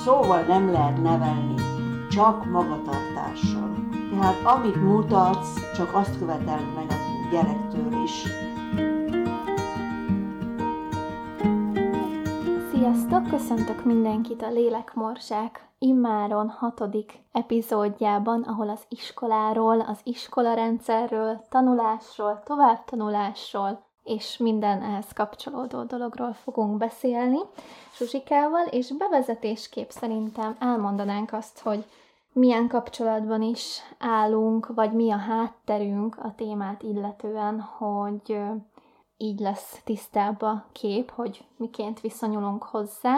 szóval nem lehet nevelni, csak magatartással. Tehát amit mutatsz, csak azt követeld meg a gyerektől is. Sziasztok! Köszöntök mindenkit a Lélekmorzsák immáron 6. epizódjában, ahol az iskoláról, az iskolarendszerről, tanulásról, továbbtanulásról és minden ehhez kapcsolódó dologról fogunk beszélni Zsuzsikával, és bevezetésképp szerintem elmondanánk azt, hogy milyen kapcsolatban is állunk, vagy mi a hátterünk a témát illetően, hogy így lesz tisztább a kép, hogy miként viszonyulunk hozzá.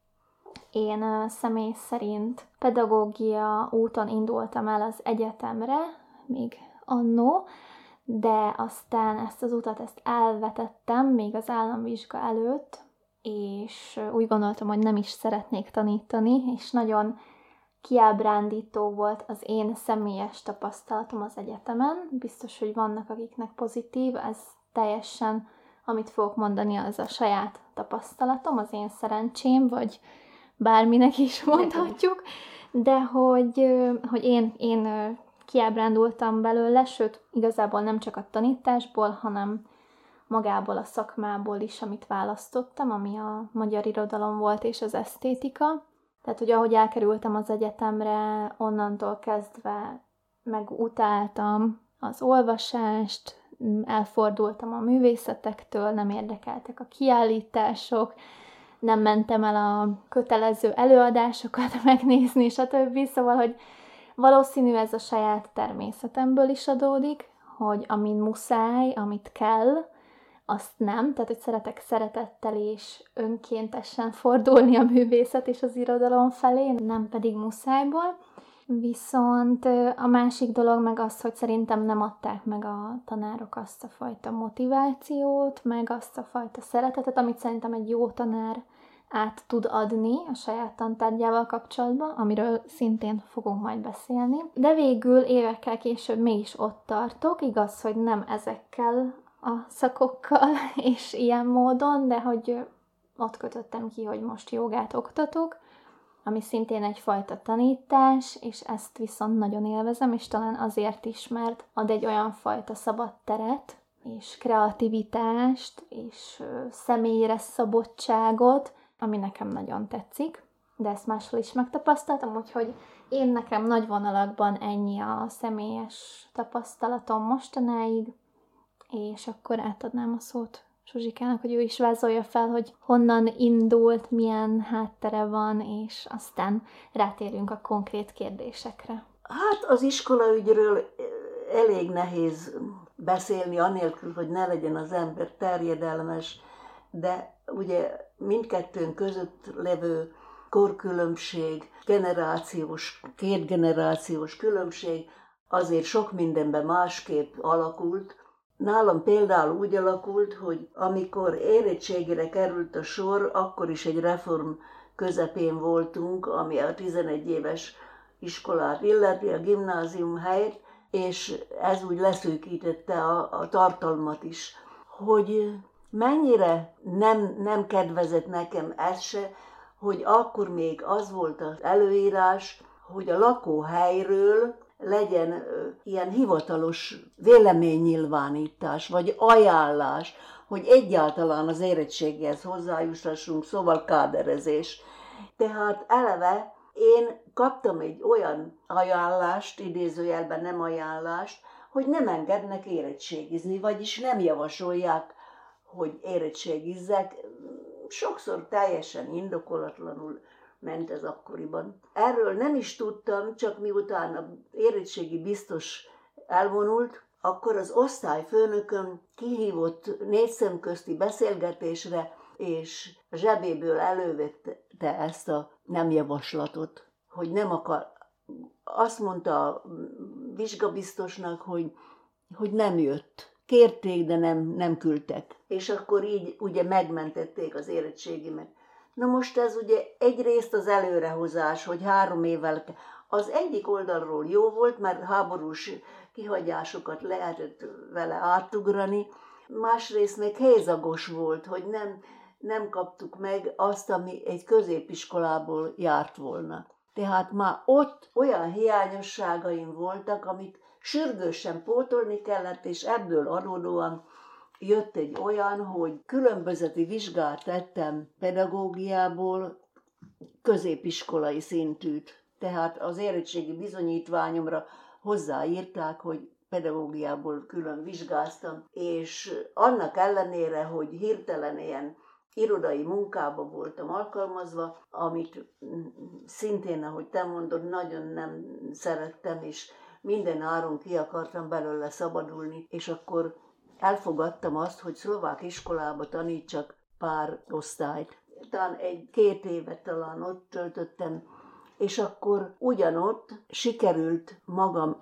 Én személy szerint pedagógia úton indultam el az egyetemre, még annó, de aztán ezt az utat elvetettem még az államvizsga előtt, és úgy gondoltam, hogy nem is szeretnék tanítani, és nagyon kiábrándító volt az én személyes tapasztalatom az egyetemen. Biztos, hogy vannak, akiknek pozitív, ez teljesen, amit fogok mondani, az a saját tapasztalatom, az én szerencsém, vagy bárminek is mondhatjuk, de hogy én kiábrándultam belőle, sőt, igazából nem csak a tanításból, hanem magából a szakmából is, amit választottam, ami a magyar irodalom volt és az esztétika. Tehát, hogy ahogy elkerültem az egyetemre, onnantól kezdve megutáltam az olvasást, elfordultam a művészetektől, nem érdekeltek a kiállítások, nem mentem el a kötelező előadásokat megnézni, stb. Szóval, hogy valószínű ez a saját természetemből is adódik, hogy amin muszáj, amit kell, azt nem. Tehát, hogy szeretek szeretettel és önkéntesen fordulni a művészet és az irodalom felé, nem pedig muszájból. Viszont a másik dolog meg az, hogy szerintem nem adták meg a tanárok azt a fajta motivációt, meg azt a fajta szeretetet, amit szerintem egy jó tanár át tud adni a saját tantárgyával kapcsolatban, amiről szintén fogunk majd beszélni. De végül évekkel később mégis ott tartok, igaz, hogy nem ezekkel a szakokkal és ilyen módon, de hogy ott kötöttem ki, hogy most jogát oktatok, ami szintén egyfajta tanítás, és ezt viszont nagyon élvezem, és talán azért is, mert ad egy olyan fajta szabad teret, és kreativitást, és személyre szabottságot, ami nekem nagyon tetszik, de ezt máshol is megtapasztaltam, úgyhogy én nekem nagy vonalakban ennyi a személyes tapasztalatom mostanáig, és akkor átadnám a szót Zsuzsikának, hogy ő is vázolja fel, hogy honnan indult, milyen háttere van, és aztán rátérünk a konkrét kérdésekre. Hát az iskolaügyről elég nehéz beszélni, anélkül, hogy ne legyen az ember terjedelmes, de ugye mindkettőnk között levő korkülönbség, két generációs különbség azért sok mindenben másképp alakult. Nálam például úgy alakult, hogy amikor érettségére került a sor, akkor is egy reform közepén voltunk, ami a 11 éves iskolát illeti, a gimnázium helyett, és ez úgy leszűkítette a tartalmat is. Hogy mennyire nem kedvezett nekem ez se, hogy akkor még az volt az előírás, hogy a lakóhelyről legyen ilyen hivatalos véleménynyilvánítás, vagy ajánlás, hogy egyáltalán az érettséghez hozzájussassunk, szóval káderezés. Tehát eleve én kaptam egy olyan ajánlást, idézőjelben nem ajánlást, hogy nem engednek érettségizni, vagyis nem javasolják, hogy érettségizzek. Sokszor teljesen indokolatlanul ment ez akkoriban. Erről nem is tudtam, csak miután az érettségi biztos elvonult, akkor az osztályfőnököm kihívott 4 szemközti beszélgetésre, és a zsebéből elővette ezt a nem javaslatot, hogy nem akar. Azt mondta a vizsgabiztosnak, hogy nem jött. Kérték, de nem küldtek. És akkor így ugye megmentették az érettségimet. Na most ez ugye egyrészt az előrehozás, hogy 3 évvel, az egyik oldalról jó volt, mert háborús kihagyásokat lehetett vele átugrani, másrészt meg hézagos volt, hogy nem kaptuk meg azt, ami egy középiskolából járt volna. Tehát már ott olyan hiányosságaim voltak, amit sürgősen pótolni kellett, és ebből adódóan jött egy olyan, hogy különbözeti vizsgát tettem pedagógiából középiskolai szintűt. Tehát az érettségi bizonyítványomra hozzáírták, hogy pedagógiából külön vizsgáztam, és annak ellenére, hogy hirtelen ilyen irodai munkába voltam alkalmazva, amit szintén, ahogy te mondod, nagyon nem szerettem, és minden áron ki akartam belőle szabadulni, és akkor elfogadtam azt, hogy szlovák iskolába tanítsak pár osztályt. Talán 1-2 évet talán ott töltöttem, és akkor ugyanott sikerült magam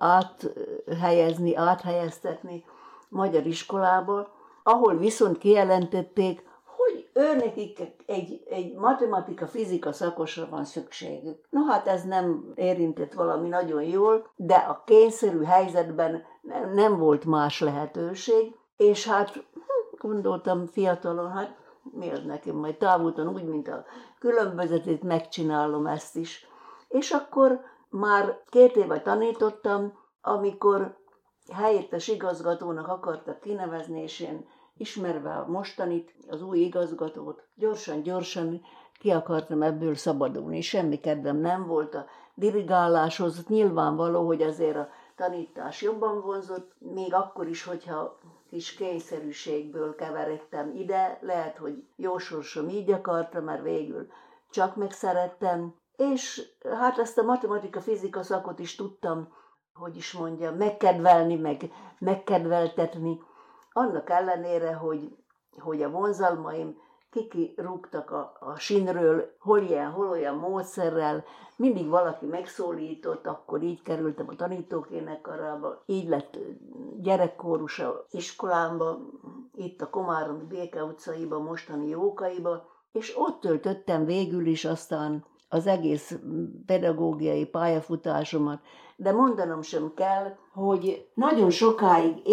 áthelyeztetni magyar iskolába, ahol viszont kijelentették, hogy őnekik egy matematika-fizika szakosra van szükségük. No hát ez nem érintett valami nagyon jól, de a kényszerű helyzetben nem volt más lehetőség, és hát gondoltam fiatalon, hát mi az nekem, majd távúton úgy, mint a különbözetét megcsinálom ezt is. És akkor már 2 éve tanítottam, amikor helyettes igazgatónak akartak kinevezni, és én ismerve a mostanit, az új igazgatót, gyorsan ki akartam ebből szabadulni. Semmi kedvem nem volt a dirigáláshoz. Nyilvánvaló, hogy azért a tanítás jobban vonzott, még akkor is, hogyha kis kényszerűségből keveredtem ide, lehet, hogy jó sorsom így akartam, mert végül csak megszerettem, és hát ezt a matematika-fizika szakot is tudtam, hogy is mondjam, megkedvelni, meg megkedveltetni, annak ellenére, hogy a vonzalmaim kikirúgtak a sínről, hol ilyen, hol olyan módszerrel, mindig valaki megszólított, akkor így kerültem a tanítókénekarába, így lett gyerekkórus a iskolámba, itt a Komáromi Béke utcaiba, mostani Jókaiba, és ott töltöttem végül is aztán az egész pedagógiai pályafutásomat, de mondanom sem kell, hogy nagyon sokáig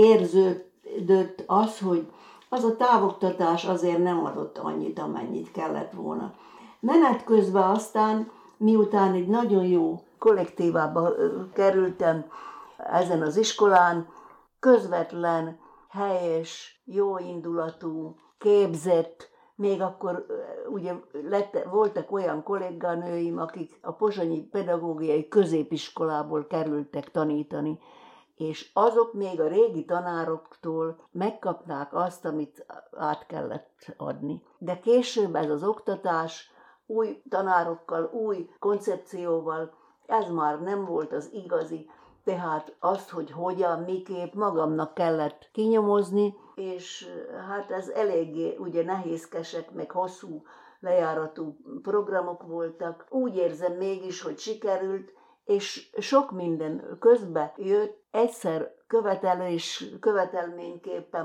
érződött az, hogy az a távoktatás azért nem adott annyit, amennyit kellett volna. Menet közben aztán, miután egy nagyon jó kollektívába kerültem ezen az iskolán, közvetlen, helyes, jóindulatú, képzett, még akkor ugye voltak olyan kolléganőim, akik a pozsonyi pedagógiai középiskolából kerültek tanítani, és azok még a régi tanároktól megkapták azt, amit át kellett adni. De később ez az oktatás új tanárokkal, új koncepcióval, ez már nem volt az igazi, tehát azt, hogy hogyan, miképp magamnak kellett kinyomozni, és hát ez eléggé ugye nehézkesek, meg hosszú lejáratú programok voltak. Úgy érzem mégis, hogy sikerült, és sok minden közbe jött, egyszer követelményképpen,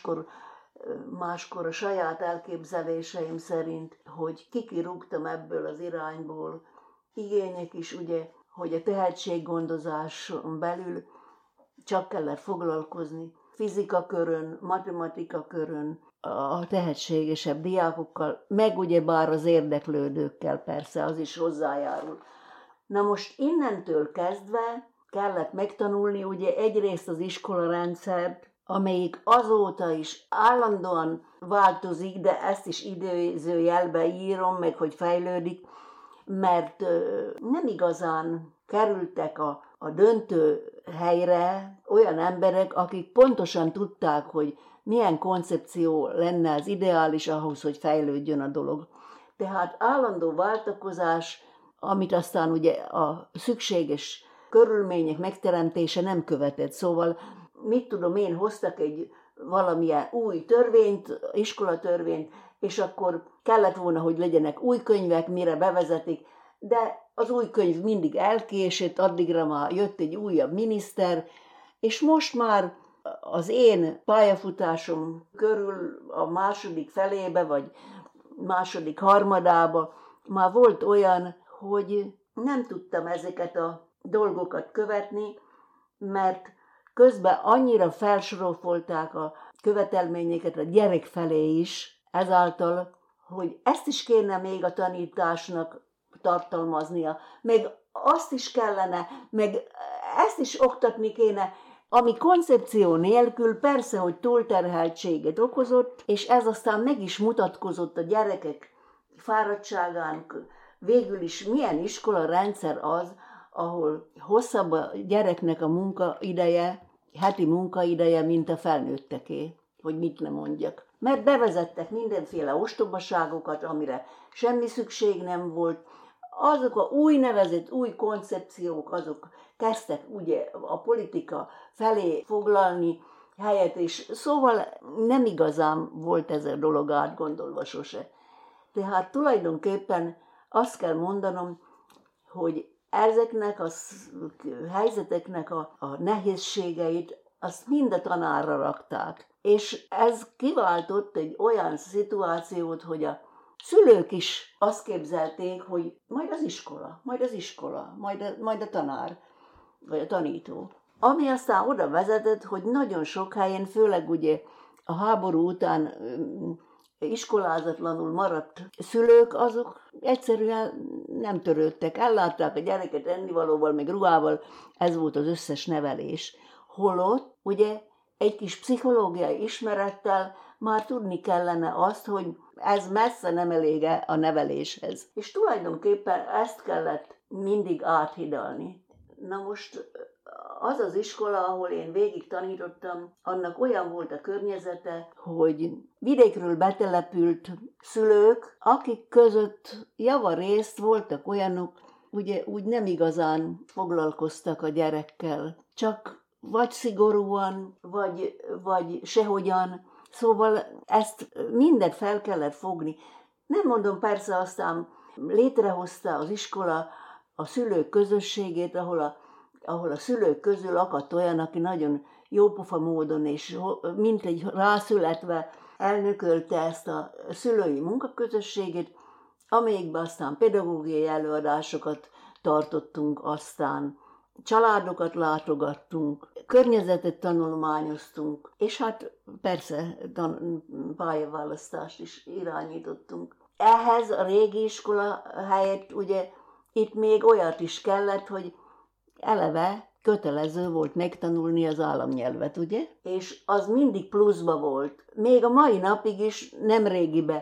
máskor a saját elképzeléseim szerint, hogy kikirúgtam ebből az irányból. Igények is ugye, hogy a tehetséggondozáson belül csak kellett foglalkozni fizika körön, matematika körön, a tehetségesebb diákokkal, meg ugyebár az érdeklődőkkel persze, az is hozzájárul. Na most innentől kezdve kellett megtanulni ugye egyrészt az iskolarendszert, amelyik azóta is állandóan változik, de ezt is idézőjelbe írom, meg hogy fejlődik, mert nem igazán kerültek a döntő helyre olyan emberek, akik pontosan tudták, hogy milyen koncepció lenne az ideális ahhoz, hogy fejlődjön a dolog. Tehát állandó váltakozás, amit aztán ugye a szükséges körülmények megteremtése nem követett. Szóval, mit tudom én, hoztak egy valamilyen új törvényt, iskolatörvényt, és akkor kellett volna, hogy legyenek új könyvek, mire bevezetik, de az új könyv mindig elkésett, addigra már jött egy újabb miniszter, és most már az én pályafutásom körül a második felébe, vagy második harmadába már volt olyan, hogy nem tudtam ezeket a dolgokat követni, mert közben annyira felsorolták a követelményeket a gyerek felé is, ezáltal, hogy ezt is kéne még a tanításnak tartalmaznia, meg azt is kellene, meg ezt is oktatni kéne, ami koncepció nélkül persze, hogy túlterheltséget okozott, és ez aztán meg is mutatkozott a gyerekek fáradtságán. Végül is milyen iskolarendszer az, ahol hosszabb a gyereknek a munkaideje, heti munkaideje, mint a felnőtteké, hogy mit ne mondjak. Mert bevezettek mindenféle ostobaságokat, amire semmi szükség nem volt. Azok a úgynevezett új koncepciók, azok kezdtek ugye a politika felé foglalni helyet, és szóval nem igazán volt ez a dolog átgondolva sose. Tehát tulajdonképpen azt kell mondanom, hogy ezeknek a helyzeteknek a nehézségeit azt mind a tanárra rakták. És ez kiváltott egy olyan szituációt, hogy a szülők is azt képzelték, hogy majd az iskola, majd a tanár, vagy a tanító. Ami aztán oda vezetett, hogy nagyon sok helyen, főleg ugye a háború után iskolázatlanul maradt szülők, azok egyszerűen nem törődtek, ellátták a gyereket ennivalóval, meg ruhával, ez volt az összes nevelés. Holott ugye egy kis pszichológiai ismerettel már tudni kellene azt, hogy ez messze nem elége a neveléshez. És tulajdonképpen ezt kellett mindig áthidalni. Na most az az iskola, ahol én végig tanítottam, annak olyan volt a környezete, hogy vidékről betelepült szülők, akik között javarészt voltak olyanok, ugye úgy nem igazán foglalkoztak a gyerekkel. Csak vagy szigorúan, vagy sehogyan. Szóval ezt mindent fel kellett fogni. Nem mondom, persze aztán létrehozta az iskola a szülők közösségét, ahol a szülők közül akadt olyan, aki nagyon jópofa módon és mint egy rászületve elnökölte ezt a szülői munkaközösségét, amelyikben aztán pedagógiai előadásokat tartottunk, aztán családokat látogattunk, környezetet tanulmányoztunk, és hát persze pályaválasztást is irányítottunk. Ehhez a régi iskola helyett ugye itt még olyat is kellett, hogy eleve kötelező volt megtanulni az államnyelvet, ugye? És az mindig pluszba volt. Még a mai napig is nemrégiben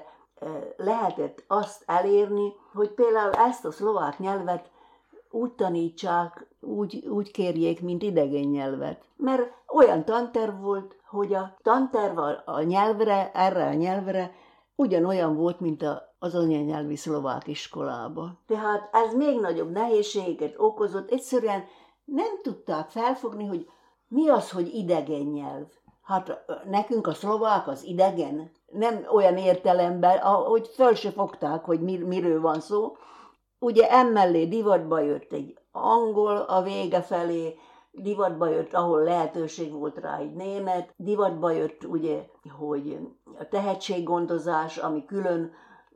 lehetett azt elérni, hogy például ezt a szlovák nyelvet úgy tanítsák, úgy kérjék, mint idegen nyelvet. Mert olyan tanterv volt, hogy a tanterv a nyelvre, erre a nyelvre ugyanolyan volt, mint az anyanyelvi szlovák iskolában. Tehát ez még nagyobb nehézségeket okozott. Egyszerűen nem tudták felfogni, hogy mi az, hogy idegen nyelv. Hát nekünk a szlovák az idegen. Nem olyan értelemben, hogy föl se fogták, hogy miről van szó. Ugye emellé divatba jött egy angol a vége felé, divatba jött, ahol lehetőség volt rá, egy német, divatba jött ugye, hogy a tehetséggondozás, ami külön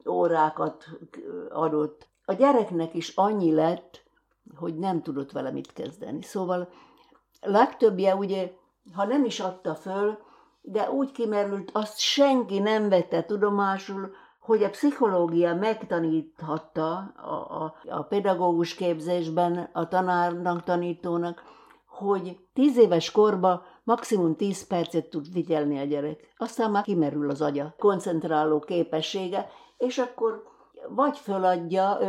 órákat adott. A gyereknek is annyi lett, hogy nem tudott vele mit kezdeni. Szóval legtöbbje ugye, ha nem is adta föl, de úgy kimerült, azt senki nem vette tudomásul, hogy a pszichológia megtaníthatta a pedagógus képzésben a tanárnak, tanítónak, hogy 10 éves korban maximum 10 percet tud figyelni a gyerek. Aztán már kimerül az agya, koncentráló képessége, és akkor vagy föladja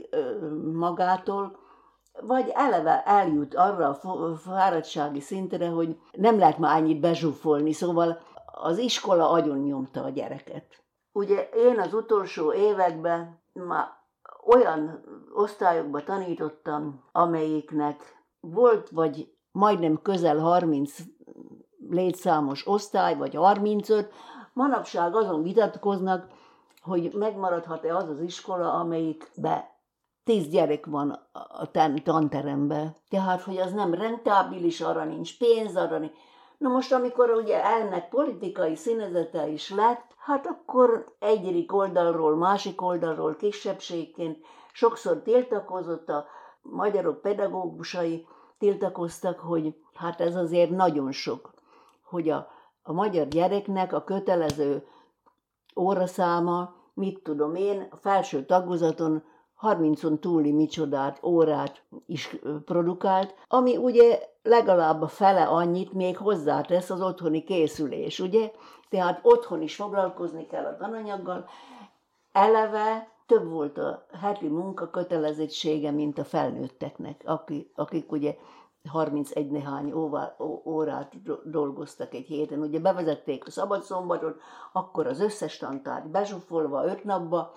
magától, vagy eleve eljut arra a fáradtsági szintre, hogy nem lehet már annyit bezsúfolni, szóval az iskola agyon nyomta a gyereket. Ugye én az utolsó években már olyan osztályokba tanítottam, amelyiknek volt vagy majdnem közel 30 létszámos osztály, vagy 35. Manapság azon vitatkoznak, hogy megmaradhat-e az az iskola, amelyikben 10 gyerek van a tanteremben. Tehát, hogy az nem rentábilis, arra nincs pénz, Na most, amikor ugye ennek politikai színezete is lett, hát akkor egyik oldalról, másik oldalról kisebbségként sokszor tiltakozott, a magyarok pedagógusai tiltakoztak, hogy hát ez azért nagyon sok, hogy a magyar gyereknek a kötelező óraszáma mit tudom én, a felső tagozaton 30-on túli micsodát, órát is produkált, ami ugye legalább a fele annyit még hozzátesz az otthoni készülés, ugye? Tehát otthon is foglalkozni kell a tananyaggal. Eleve több volt a heti munka kötelezettsége, mint a felnőtteknek, akik ugye 31 néhány órát dolgoztak egy héten. Ugye bevezették a szabadszombatot, akkor az összes tantárgy bezsúfolva 5 napba,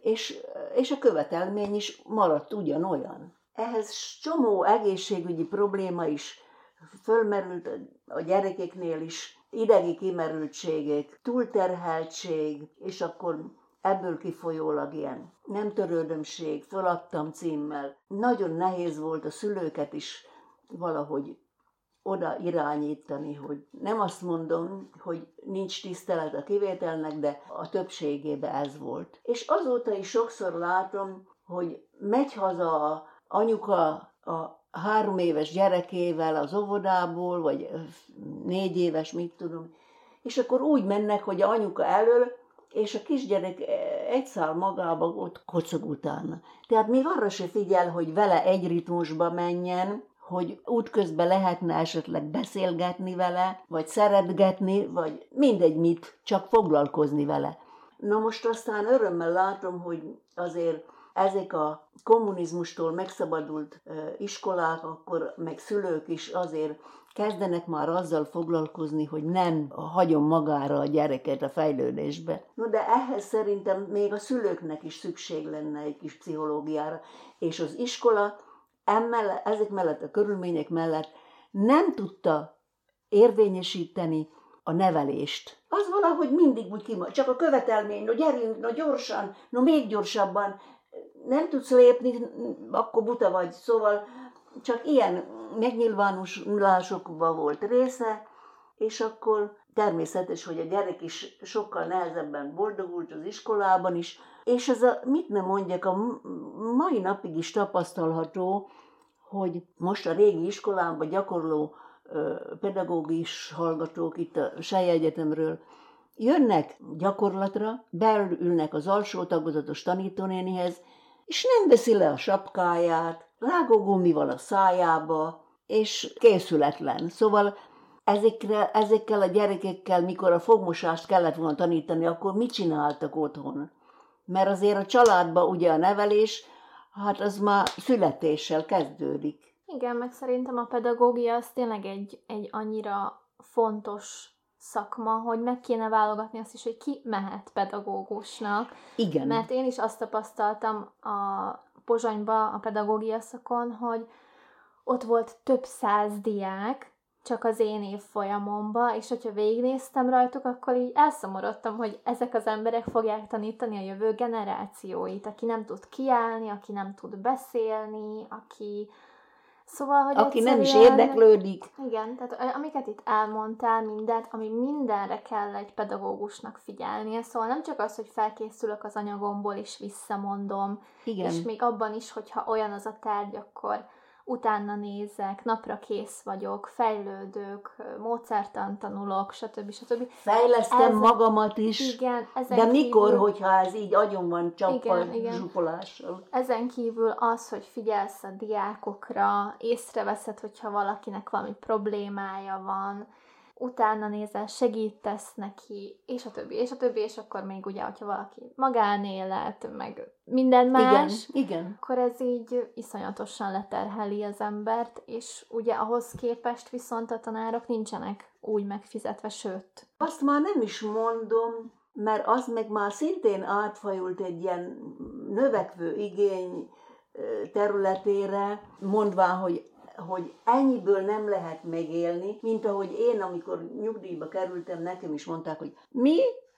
és a követelmény is maradt ugyanolyan. Ehhez csomó egészségügyi probléma is fölmerült a gyerekeknél is, idegi kimerültségek, túlterheltség, és akkor ebből kifolyólag ilyen nem törődömség, föladtam címmel. Nagyon nehéz volt a szülőket is valahogy oda irányítani, hogy nem azt mondom, hogy nincs tisztelet a kivételnek, de a többségében ez volt. És azóta is sokszor látom, hogy megy haza anyuka a 3 éves gyerekével az óvodából, vagy 4 éves, mit tudom, és akkor úgy mennek, hogy anyuka elől, és a kisgyerek egy szál magába ott kocog utána. Tehát még arra se figyel, hogy vele egy ritmusba menjen, hogy útközben lehetne esetleg beszélgetni vele, vagy szeretgetni, vagy mindegy mit, csak foglalkozni vele. Na most aztán örömmel látom, hogy azért ezek a kommunizmustól megszabadult iskolák, akkor meg szülők is azért kezdenek már azzal foglalkozni, hogy nem hagyom magára a gyereket a fejlődésbe. No, de ehhez szerintem még a szülőknek is szükség lenne egy kis pszichológiára, és az iskola ezek mellett, a körülmények mellett nem tudta érvényesíteni a nevelést. Az valahogy mindig úgy csak a követelmény, no gyerünk, no gyorsan, no még gyorsabban, nem tudsz lépni, akkor buta vagy. Szóval csak ilyen megnyilvánulásokban volt része, és akkor természetes, hogy a gyerek is sokkal nehezebben boldogult az iskolában is, és ez mit nem mondjak, a mai napig is tapasztalható, hogy most a régi iskolámban gyakorló pedagógus hallgatók itt a Selye Egyetemről jönnek gyakorlatra, beülnek az alsó tagozatos tanítónénihez, és nem veszi le a sapkáját, rágógumival a szájába, és készületlen. Szóval ezekkel a gyerekekkel, mikor a fogmosást kellett volna tanítani, akkor mit csináltak otthon? Mert azért a családban ugye a nevelés, hát az már születéssel kezdődik. Igen, meg szerintem a pedagógia az tényleg egy annyira fontos szakma, hogy meg kéne válogatni azt is, hogy ki mehet pedagógusnak. Igen. Mert én is azt tapasztaltam a Pozsonyba, a pedagógia szakon, hogy ott volt több 100 diák, csak az én évfolyamomba, és hogyha végignéztem rajtuk, akkor így elszomorodtam, hogy ezek az emberek fogják tanítani a jövő generációit, aki nem tud kiállni, aki nem tud beszélni, aki... Szóval, hogy aki nem is érdeklődik. Igen, tehát amiket itt elmondtál, mindent, ami mindenre kell egy pedagógusnak figyelnie, szóval nem csak az, hogy felkészülök az anyagomból és visszamondom, igen. És még abban is, hogyha olyan az a tárgy, akkor utána nézek, napra kész vagyok, fejlődök, módszertant tanulok, stb. Fejlesztem magamat is, igen, de mikor, hogyha ez így agyon van csapva, zsupolással. Ezen kívül az, hogy figyelsz a diákokra, észreveszed, hogyha valakinek valami problémája van, utána nézel, segítesz neki, és a többi, és akkor még ugye, hogyha valaki magánélet, meg minden más, igen. Akkor ez így iszonyatosan leterheli az embert, és ugye ahhoz képest viszont a tanárok nincsenek úgy megfizetve, sőt. Azt már nem is mondom, mert az meg már szintén átfajult egy ilyen növekvő igény területére, mondván, hogy ennyiből nem lehet megélni, mint ahogy én, amikor nyugdíjba kerültem, nekem is mondták, hogy mi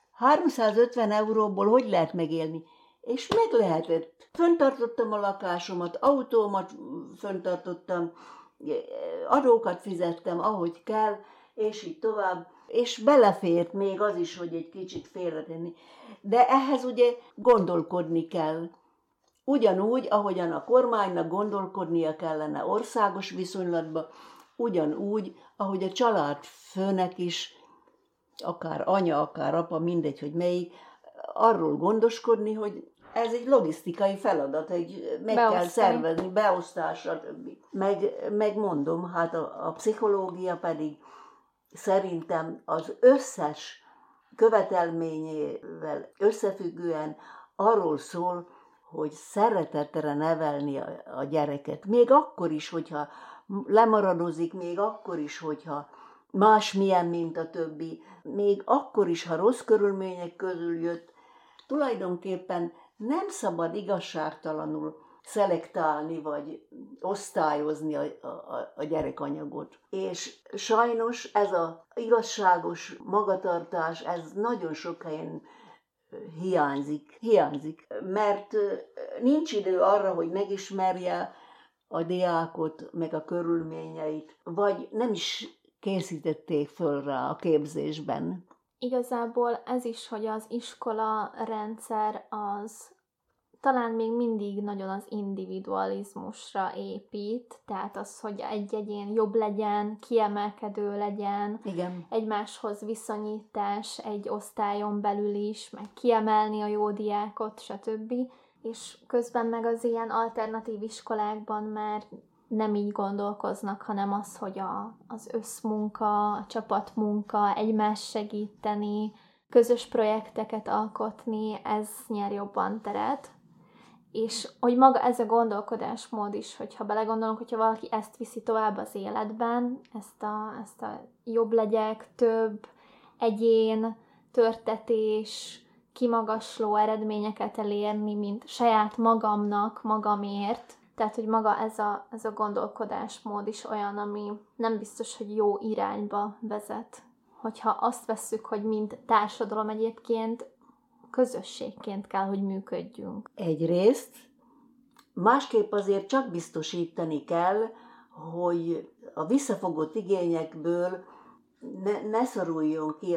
350 euróból hogy lehet megélni? És meg lehetett. Föntartottam a lakásomat, autómat föntartottam, adókat fizettem, ahogy kell, és így tovább. És belefért még az is, hogy egy kicsit félretenni. De ehhez ugye gondolkodni kell. Ugyanúgy, ahogyan a kormánynak gondolkodnia kellene országos viszonylatban, ugyanúgy, ahogy a családfőnek is, akár anya, akár apa, mindegy, hogy melyik, arról gondoskodni, hogy ez egy logisztikai feladat, meg kell szervezni, beosztás, stb. Meg mondom, hát a pszichológia pedig szerintem az összes követelményével összefüggően arról szól, hogy szeretetre nevelni a gyereket. Még akkor is, hogyha lemaradozik, még akkor is, hogyha másmilyen, mint a többi, még akkor is, ha rossz körülmények közül jött, tulajdonképpen nem szabad igazságtalanul szelektálni, vagy osztályozni a gyerekanyagot. És sajnos ez az igazságos magatartás, ez nagyon sok helyen hiányzik, mert nincs idő arra, hogy megismerje a diákot, meg a körülményeit, vagy nem is készítették föl rá a képzésben. Igazából ez is, hogy az iskola rendszer az talán még mindig nagyon az individualizmusra épít, tehát az, hogy egy egyén jobb legyen, kiemelkedő legyen, igen, egymáshoz viszonyítás egy osztályon belül is, meg kiemelni a jó diákot, stb. És közben meg az ilyen alternatív iskolákban már nem így gondolkoznak, hanem az, hogy az összmunka, a csapatmunka, egymás segíteni, közös projekteket alkotni, ez nyer jobban teret. És hogy maga ez a gondolkodásmód is, hogyha belegondolunk, hogyha valaki ezt viszi tovább az életben, ezt a jobb legyek, több egyén, törtetés, kimagasló eredményeket elérni, mint saját magamért. Tehát, hogy maga ez a gondolkodásmód is olyan, ami nem biztos, hogy jó irányba vezet. Hogyha azt vesszük, hogy mint társadalom egyébként közösségként kell, hogy működjünk. Egyrészt, másképp azért csak biztosítani kell, hogy a visszafogott igényekből ne szoruljon ki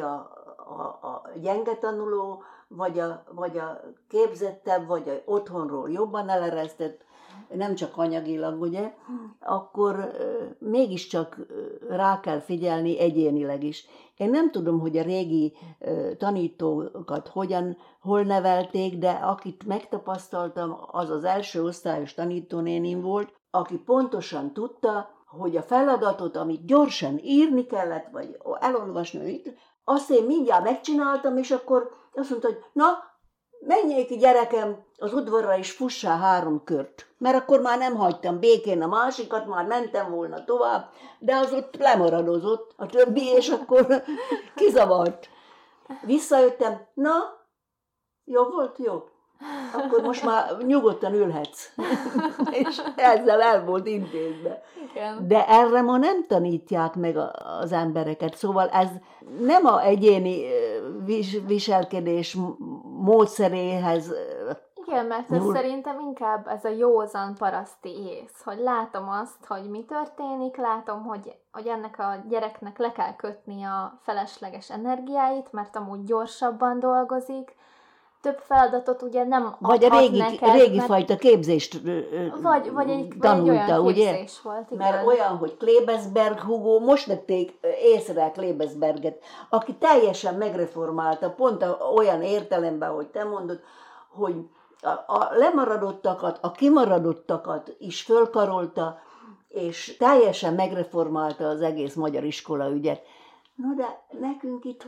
a gyenge tanuló, vagy a képzettebb, vagy a otthonról jobban eleresztett, nem csak anyagilag, ugye, akkor mégiscsak rá kell figyelni egyénileg is. Én nem tudom, hogy a régi tanítókat hol nevelték, de akit megtapasztaltam, az az első osztályos tanítónénim volt, aki pontosan tudta, hogy a feladatot, amit gyorsan írni kellett, vagy elolvasni, azt én mindjárt megcsináltam, és akkor azt mondta, hogy na, menjél ki gyerekem az udvarra, és fussál 3 kört. Mert akkor már nem hagytam békén a másikat, már mentem volna tovább, de az ott lemaradozott a többi, és akkor kizavart. Visszajöttem, na, jó volt? Jó. Akkor most már nyugodtan ülhetsz. És ezzel el volt intézve. Igen. De erre ma nem tanítják meg az embereket. Szóval ez nem az egyéni viselkedés módszeréhez. Igen, mert ez szerintem inkább ez a józan paraszti ész, hogy látom azt, hogy mi történik, látom, hogy ennek a gyereknek le kell kötni a felesleges energiáit, mert amúgy gyorsabban dolgozik, több feladatot ugye nem adhat vagy a régi mert... fajta képzést vagy egy tanulta, olyan ugye? képzés volt, igen. Mert olyan, hogy Klebesberg Hugo, most vették észre Klebesberget, aki teljesen megreformálta, pont olyan értelemben, hogy te mondod, hogy a lemaradottakat, a kimaradottakat is fölkarolta, és teljesen megreformálta az egész magyar iskola ügyet. No de nekünk itt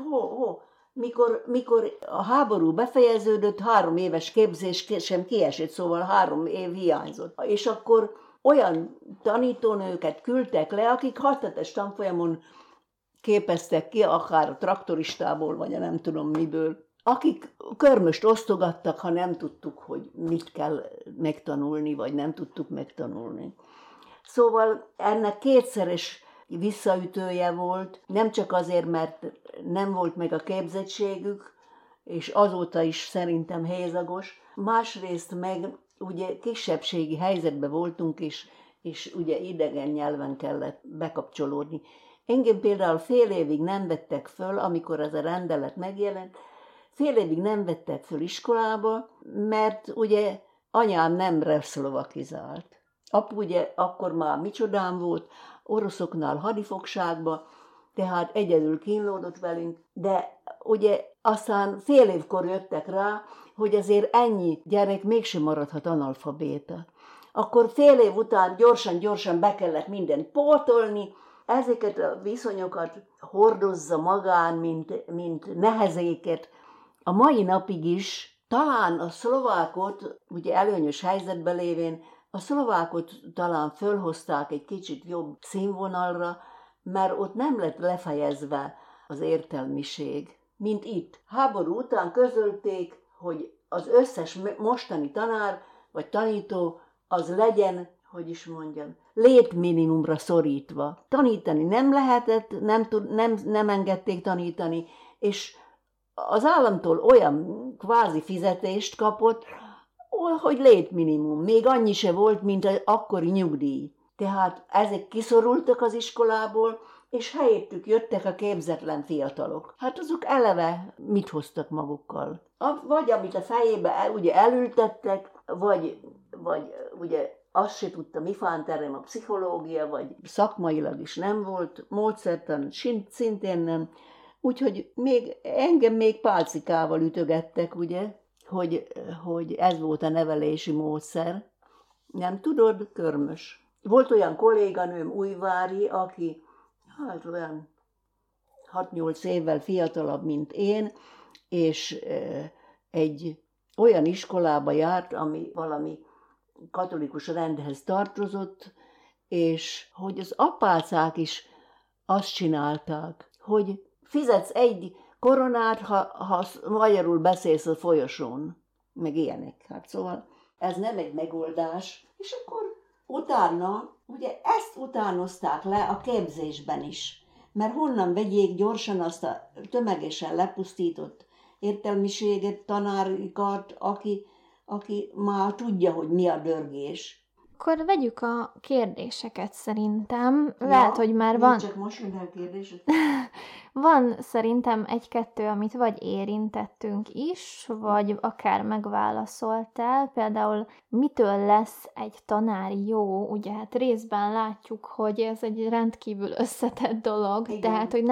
mikor a háború befejeződött, 3 éves képzés sem kiesett, szóval 3 év hiányzott. És akkor olyan tanítónőket küldtek le, akik 6 hetes tanfolyamon képeztek ki, akár a traktoristából, vagy a nem tudom miből, akik körmöst osztogattak, ha nem tudtuk, hogy mit kell megtanulni, vagy nem tudtuk megtanulni. Szóval ennek kétszeres visszaütője volt, nem csak azért, mert nem volt meg a képzettségük, és azóta is szerintem hézagos, másrészt meg ugye kisebbségi helyzetben voltunk, és ugye idegen nyelven kellett bekapcsolódni. Engem például fél évig nem vettek föl, amikor ez a rendelet megjelent, fél évig nem vettek föl iskolába, mert ugye anyám nem reszlovakizált. Apu ugye akkor már micsodám volt, oroszoknál hadifogságba, tehát egyedül kínlódott velünk, de ugye aztán fél évkor jöttek rá, hogy azért ennyi gyerek mégsem maradhat analfabéta. Akkor fél év után gyorsan be kellett mindent pótolni, ezeket a viszonyokat hordozza magán, mint nehezéket. A mai napig is talán a szlovákot, ugye előnyös helyzetben lévén, a szlovákot talán fölhozták egy kicsit jobb színvonalra, mert ott nem lett lefejezve az értelmiség, mint itt. Háború után közölték, hogy az összes mostani tanár vagy tanító az legyen, hogy is mondjam, létminimumra szorítva. Tanítani nem lehetett, nem engedték tanítani, és az államtól olyan kvázi fizetést kapott, hogy létminimum. Még annyi se volt, mint az akkori nyugdíj. Tehát ezek kiszorultak az iskolából, és helyettük jöttek a képzetlen fiatalok. Hát azok eleve mit hoztak magukkal? Vagy amit a fejébe ugye elültettek, vagy ugye azt se tudta, mi fánterem a pszichológia, vagy szakmailag is nem volt, módszertan szintén nem. Úgyhogy engem még pálcikával ütögettek, ugye, hogy ez volt a nevelési módszer. Nem tudod, Körmös. Volt olyan kolléganőm, Újvári, aki hát olyan 6-8 évvel fiatalabb, mint én, és egy olyan iskolába járt, ami valami katolikus rendhez tartozott, és hogy az apácák is azt csinálták, hogy fizetsz egy koronát, ha magyarul beszélsz a folyosón, meg ilyenek. Hát szóval ez nem egy megoldás. És akkor utána, ugye ezt utánozták le a képzésben is, mert honnan vegyék gyorsan azt a tömegesen lepusztított értelmiséget, tanárikat, aki már tudja, hogy mi a dörgés. Akkor vegyük a kérdéseket szerintem. Lehet, hogy már van... Csak most jön el kérdések. Van szerintem egy-kettő, amit vagy érintettünk is, vagy akár megválaszoltál. Például mitől lesz egy tanár jó? Ugye hát részben látjuk, hogy ez egy rendkívül összetett dolog, igen. Tehát, hogy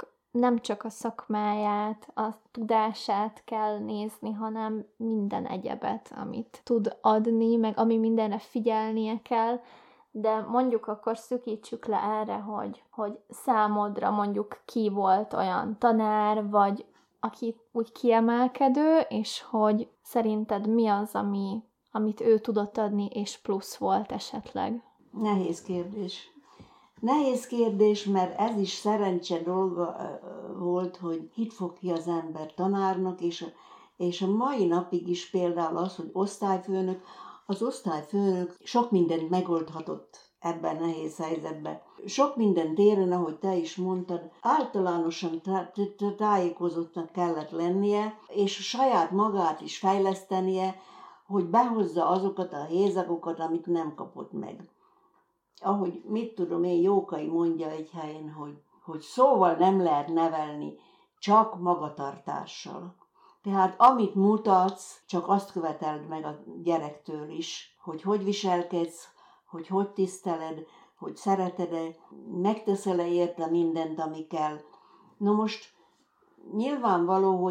nem csak a szakmáját, a tudását kell nézni, hanem minden egyebet, amit tud adni, meg ami mindenre figyelnie kell, de mondjuk akkor szűkítsük le erre, hogy számodra mondjuk ki volt olyan tanár, vagy aki úgy kiemelkedő, és hogy szerinted mi az, amit ő tudott adni, és plusz volt esetleg? Nehéz kérdés. Nehéz kérdés, mert ez is szerencse dolga volt, hogy hit fog ki az ember tanárnak, és a mai napig is például az, hogy osztályfőnök, az osztályfőnök sok mindent megoldhatott ebben a nehéz helyzetben. Sok minden téren, ahogy te is mondtad, általánosan tájékozottnak kellett lennie, és saját magát is fejlesztenie, hogy behozza azokat a hézagokat, amit nem kapott meg. Ahogy mit tudom én, Jókai mondja egy helyen, hogy szóval nem lehet nevelni, csak magatartással. Tehát amit mutatsz, csak azt követeld meg a gyerektől is, hogy viselkedsz, hogy tiszteled, hogy szereted-e, megteszel-e érte mindent, ami kell. No most nyilvánvaló,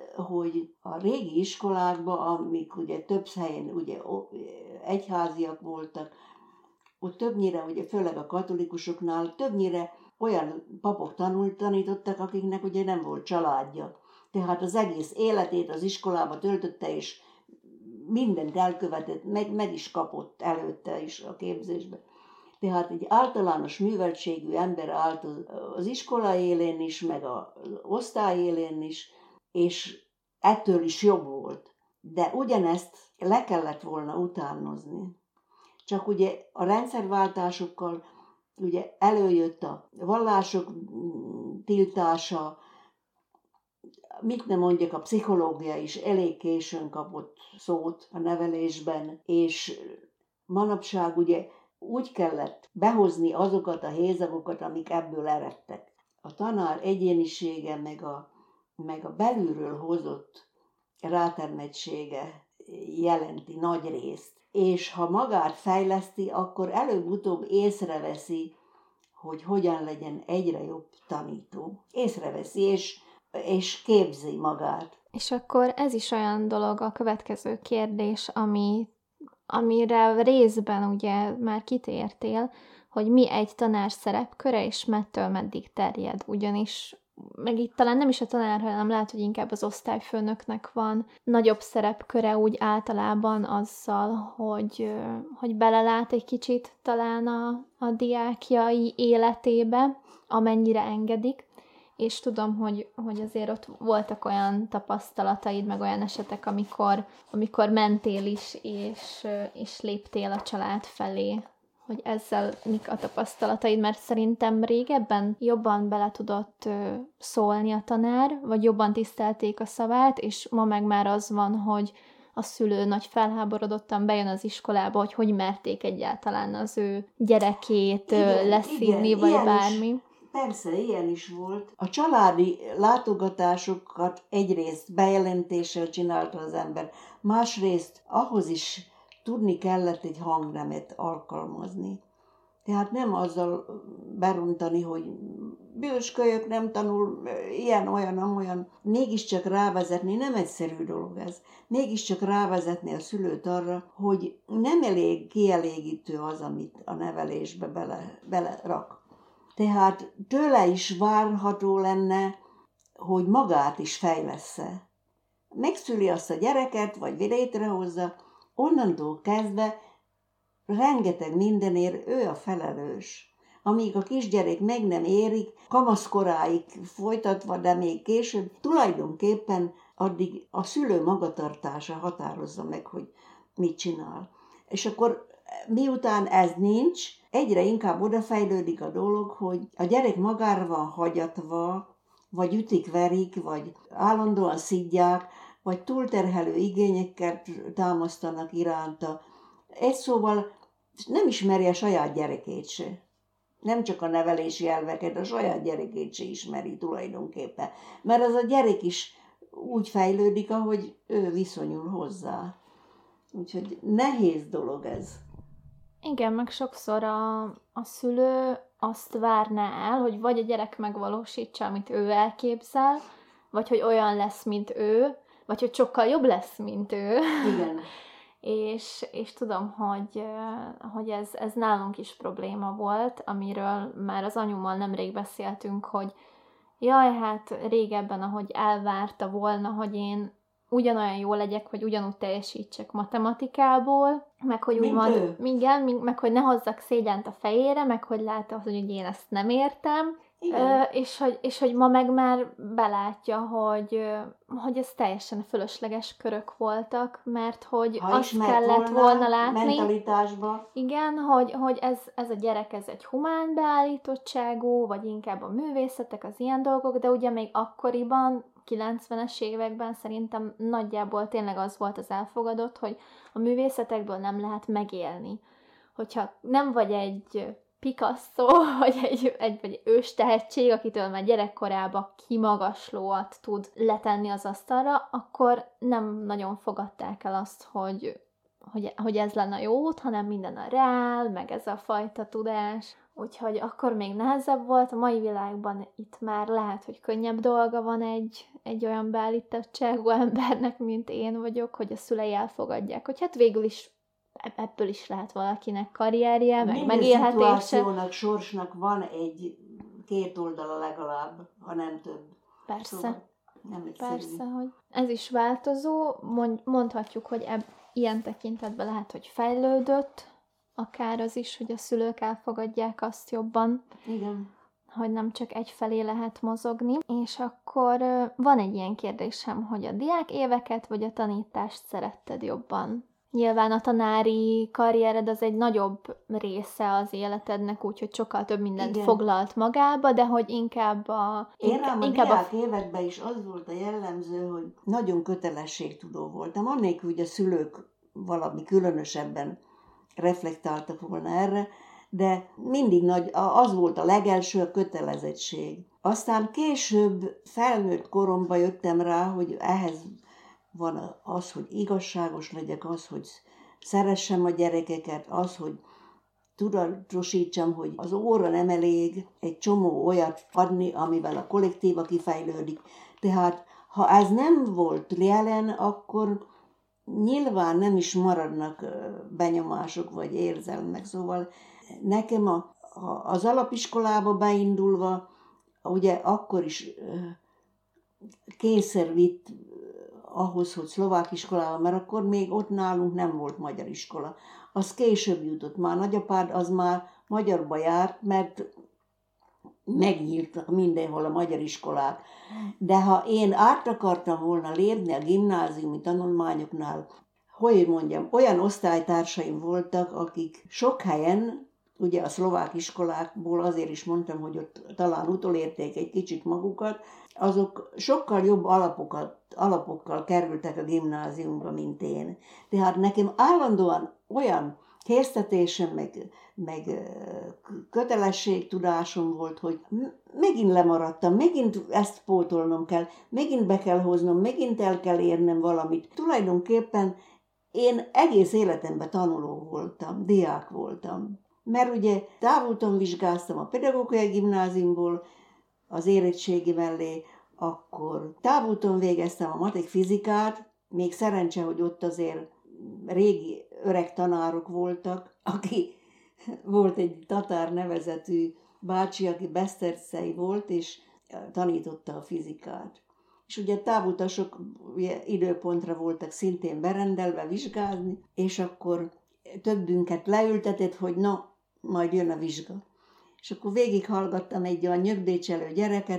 hogy a régi iskolákban, amik ugye több helyen ugye egyháziak voltak, ott többnyire, ugye főleg a katolikusoknál, többnyire olyan papok tanítottak, akiknek ugye nem volt családja. Tehát az egész életét az iskolába töltötte, és mindent elkövetett, meg is kapott előtte is a képzésbe. Tehát egy általános műveltségű ember állt az iskola élén is, meg az osztály élén is, és ettől is jobb volt. De ugyanezt le kellett volna utánozni. Csak ugye a rendszerváltásokkal ugye előjött a vallások tiltása, mit nem mondjak, a pszichológia is elég későn kapott szót a nevelésben, és manapság ugye úgy kellett behozni azokat a hézagokat, amik ebből eredtek. A tanár egyénisége, meg a belülről hozott rátermettsége jelenti nagy részt. És ha magát fejleszti, akkor előbb-utóbb észreveszi, hogy hogyan legyen egyre jobb tanító. Észreveszi, és és képzi magát. És akkor ez is olyan dolog, a következő kérdés, amire részben ugye már kitértél, hogy mi egy tanár szerepköre, és mettől meddig terjed. Ugyanis meg itt talán nem is a tanár, hanem lehet, hogy inkább az osztályfőnöknek van nagyobb szerepköre úgy általában azzal, hogy belelát egy kicsit talán a diákjai életébe, amennyire engedik, és tudom, hogy azért ott voltak olyan tapasztalataid, meg olyan esetek, amikor mentél is, és léptél a család felé, hogy ezzel mik a tapasztalataid, mert szerintem régebben jobban bele tudott szólni a tanár, vagy jobban tisztelték a szavát, és ma meg már az van, hogy a szülő nagy felháborodottan bejön az iskolába, hogy merték egyáltalán az ő gyerekét leszívni, vagy bármi. Is. Persze, ilyen is volt. A családi látogatásokat egyrészt bejelentéssel csinálta az ember, másrészt ahhoz is tudni kellett egy hangnemet alkalmazni. Tehát nem azzal beruntani, hogy bőskölyök, nem tanul, ilyen, olyan, amolyan. Mégiscsak rávezetni, nem egyszerű dolog ez, mégiscsak rávezetni a szülőt arra, hogy nem elég kielégítő az, amit a nevelésbe belerak. Tehát tőle is várható lenne, hogy magát is fejlessze. Megszüli azt a gyereket, vagy létrehozza, onnantól kezdve rengeteg mindenért ő a felelős. Amíg a kisgyerek meg nem érik, kamaszkoráig folytatva, de még később, tulajdonképpen addig a szülő magatartása határozza meg, hogy mit csinál. És akkor miután ez nincs, egyre inkább odafejlődik a dolog, hogy a gyerek magára van hagyatva, vagy ütik-verik, vagy állandóan szidják, vagy túlterhelő igényekkel támasztanak iránta. Egy szóval nem ismeri a saját gyerekét se. Nem csak a nevelési elveket, a saját gyerekét se ismeri tulajdonképpen. Mert az a gyerek is úgy fejlődik, ahogy ő viszonyul hozzá. Úgyhogy nehéz dolog ez. Igen, meg sokszor a szülő azt várná el, hogy vagy a gyerek megvalósítsa, amit ő elképzel, vagy hogy olyan lesz, mint ő, vagy hogy sokkal jobb lesz, mint ő. Igen. és tudom, hogy ez nálunk is probléma volt, amiről már az anyummal nemrég beszéltünk, hogy jaj, hát régebben, ahogy elvárta volna, hogy én ugyanolyan jó legyek, vagy ugyanúgy teljesítsek matematikából, meg hogy úgymond, igen, meg hogy ne hozzak szégyent a fejére, meg hogy látta, hogy én ezt nem értem, és hogy ma meg már belátja, hogy ez teljesen fölösleges körök voltak, mert hogy azt kellett volna látni. Mentalitásba. Igen, hogy ez a gyerek, ez egy humán beállítottságú, vagy inkább a művészetek, az ilyen dolgok, de ugye még akkoriban, 90-es években szerintem nagyjából tényleg az volt az elfogadott, hogy a művészetekből nem lehet megélni. Hogyha nem vagy egy Picasso, vagy egy ős tehetség, akitől már gyerekkorában kimagaslóat tud letenni az asztalra, akkor nem nagyon fogadták el azt, hogy ez lenne a jó út, hanem minden a reál, meg ez a fajta tudás. Úgyhogy akkor még nehezebb volt, a mai világban itt már lehet, hogy könnyebb dolga van egy olyan beállítottságú embernek, mint én vagyok, hogy a szülei elfogadják, hogy hát végül is ebből is lehet valakinek karrierje, meg megélhetése. Minden szituációnak, sorsnak van két oldala legalább, ha nem több. Persze. Szóval nem egyszerű. Persze, hogy ez is változó. Mondhatjuk, hogy ilyen tekintetben lehet, hogy fejlődött, akár az is, hogy a szülők elfogadják azt jobban. Igen. Hogy nem csak egyfelé lehet mozogni. És akkor van egy ilyen kérdésem, hogy a diák éveket vagy a tanítást szeretted jobban? Nyilván a tanári karriered az egy nagyobb része az életednek, úgyhogy sokkal több mindent foglalt magába, de hogy inkább Én rám a diák években is az volt a jellemző, hogy nagyon kötelességtudó voltam. Annélkül, hogy a szülők valami különösebben reflektáltak volna erre, de mindig az volt a legelső, a kötelezettség. Aztán később felnőtt koromban jöttem rá, hogy ehhez van az, hogy igazságos legyek, az, hogy szeressem a gyerekeket, az, hogy tudatosítsam, hogy az óra nem elég egy csomó olyat adni, amivel a kollektíva kifejlődik. Tehát, ha ez nem volt jelen, akkor nyilván nem is maradnak benyomások vagy érzelmek. Szóval nekem az alapiskolába beindulva, ugye akkor is kényszer vitt ahhoz, hogy szlovák iskolába, mert akkor még ott nálunk nem volt magyar iskola. Az később jutott. Már nagyapád az már magyarba járt, mert megnyíltak mindenhol a magyar iskolák. De ha én át akartam volna lépni a gimnáziumi tanulmányoknál, hogy mondjam, olyan osztálytársaim voltak, akik sok helyen, ugye a szlovák iskolákból azért is mondtam, hogy ott talán utolérték egy kicsit magukat, azok sokkal jobb alapokkal kerültek a gimnáziumba, mint én. Tehát nekem állandóan olyan késztetésem, meg kötelességtudásom volt, hogy megint lemaradtam, megint ezt pótolnom kell, megint be kell hoznom, megint el kell érnem valamit. Tulajdonképpen én egész életemben tanuló voltam, diák voltam. Mert ugye távúton vizsgáztam a pedagógiai gimnáziumból az érettségi mellé, akkor távúton végeztem a matek fizikát, még szerencse, hogy ott azért régi öreg tanárok voltak, aki volt egy tatár nevezetű bácsi, aki besztercei volt, és tanította a fizikát. És ugye távutasok időpontra voltak szintén berendelve vizsgázni, és akkor többünket leültetett, hogy na, majd jön a vizsga. És akkor végighallgattam egy olyan nyögdécselő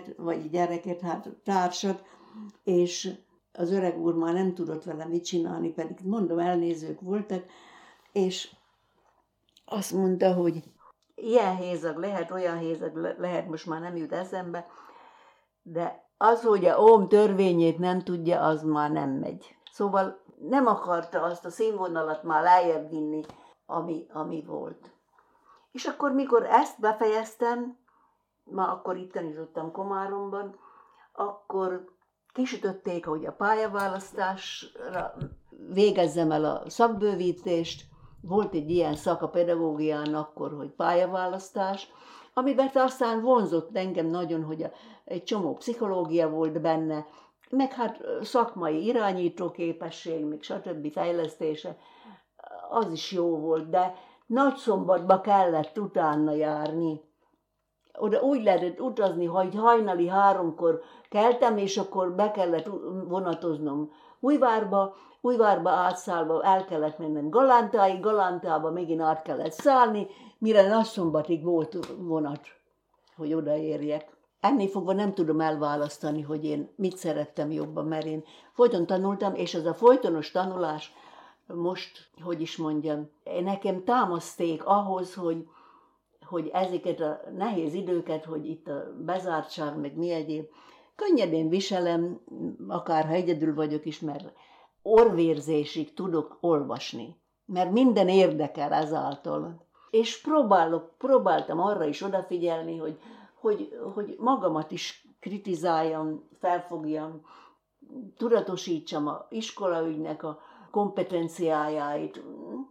társat, és az öreg úr már nem tudott vele mit csinálni, pedig mondom, elnézők voltak, és azt mondta, hogy ilyen hézag lehet, olyan hézag lehet, most már nem jut eszembe, de az, hogy a Ohm törvényét nem tudja, az már nem megy. Szóval nem akarta azt a színvonalat már lejjebb vinni, ami volt. És akkor, mikor ezt befejeztem, már akkor itt tanítottam Komáromban, akkor kisütötték, hogy a pályaválasztásra végezzem el a szakbővítést. Volt egy ilyen szak a pedagógián akkor, hogy pályaválasztás, amiben aztán vonzott engem nagyon, hogy egy csomó pszichológia volt benne, meg hát szakmai irányítóképesség, még stb. Fejlesztése, az is jó volt, de Nagyszombatba kellett utána járni. Oda úgy lehetett utazni, hogy hajnali 3-kor keltem, és akkor be kellett vonatoznom Újvárba átszállva el kellett mennem Galántáig, Galántába megint át kellett szállni, mire Nagyszombatig volt vonat, hogy odaérjek. Ennél fogva nem tudom elválasztani, hogy én mit szerettem jobban, mert én folyton tanultam, és ez a folytonos tanulás most, hogy is mondjam, nekem támaszték ahhoz, hogy ezeket a nehéz időket, hogy itt a bezártság, meg mi egyéb, könnyedén viselem, akárha egyedül vagyok is, mert orvérzésig tudok olvasni, mert minden érdekel ezáltal. És próbáltam arra is odafigyelni, hogy magamat is kritizáljam, felfogjam, tudatosítsam az iskolaügynek a kompetenciájáit.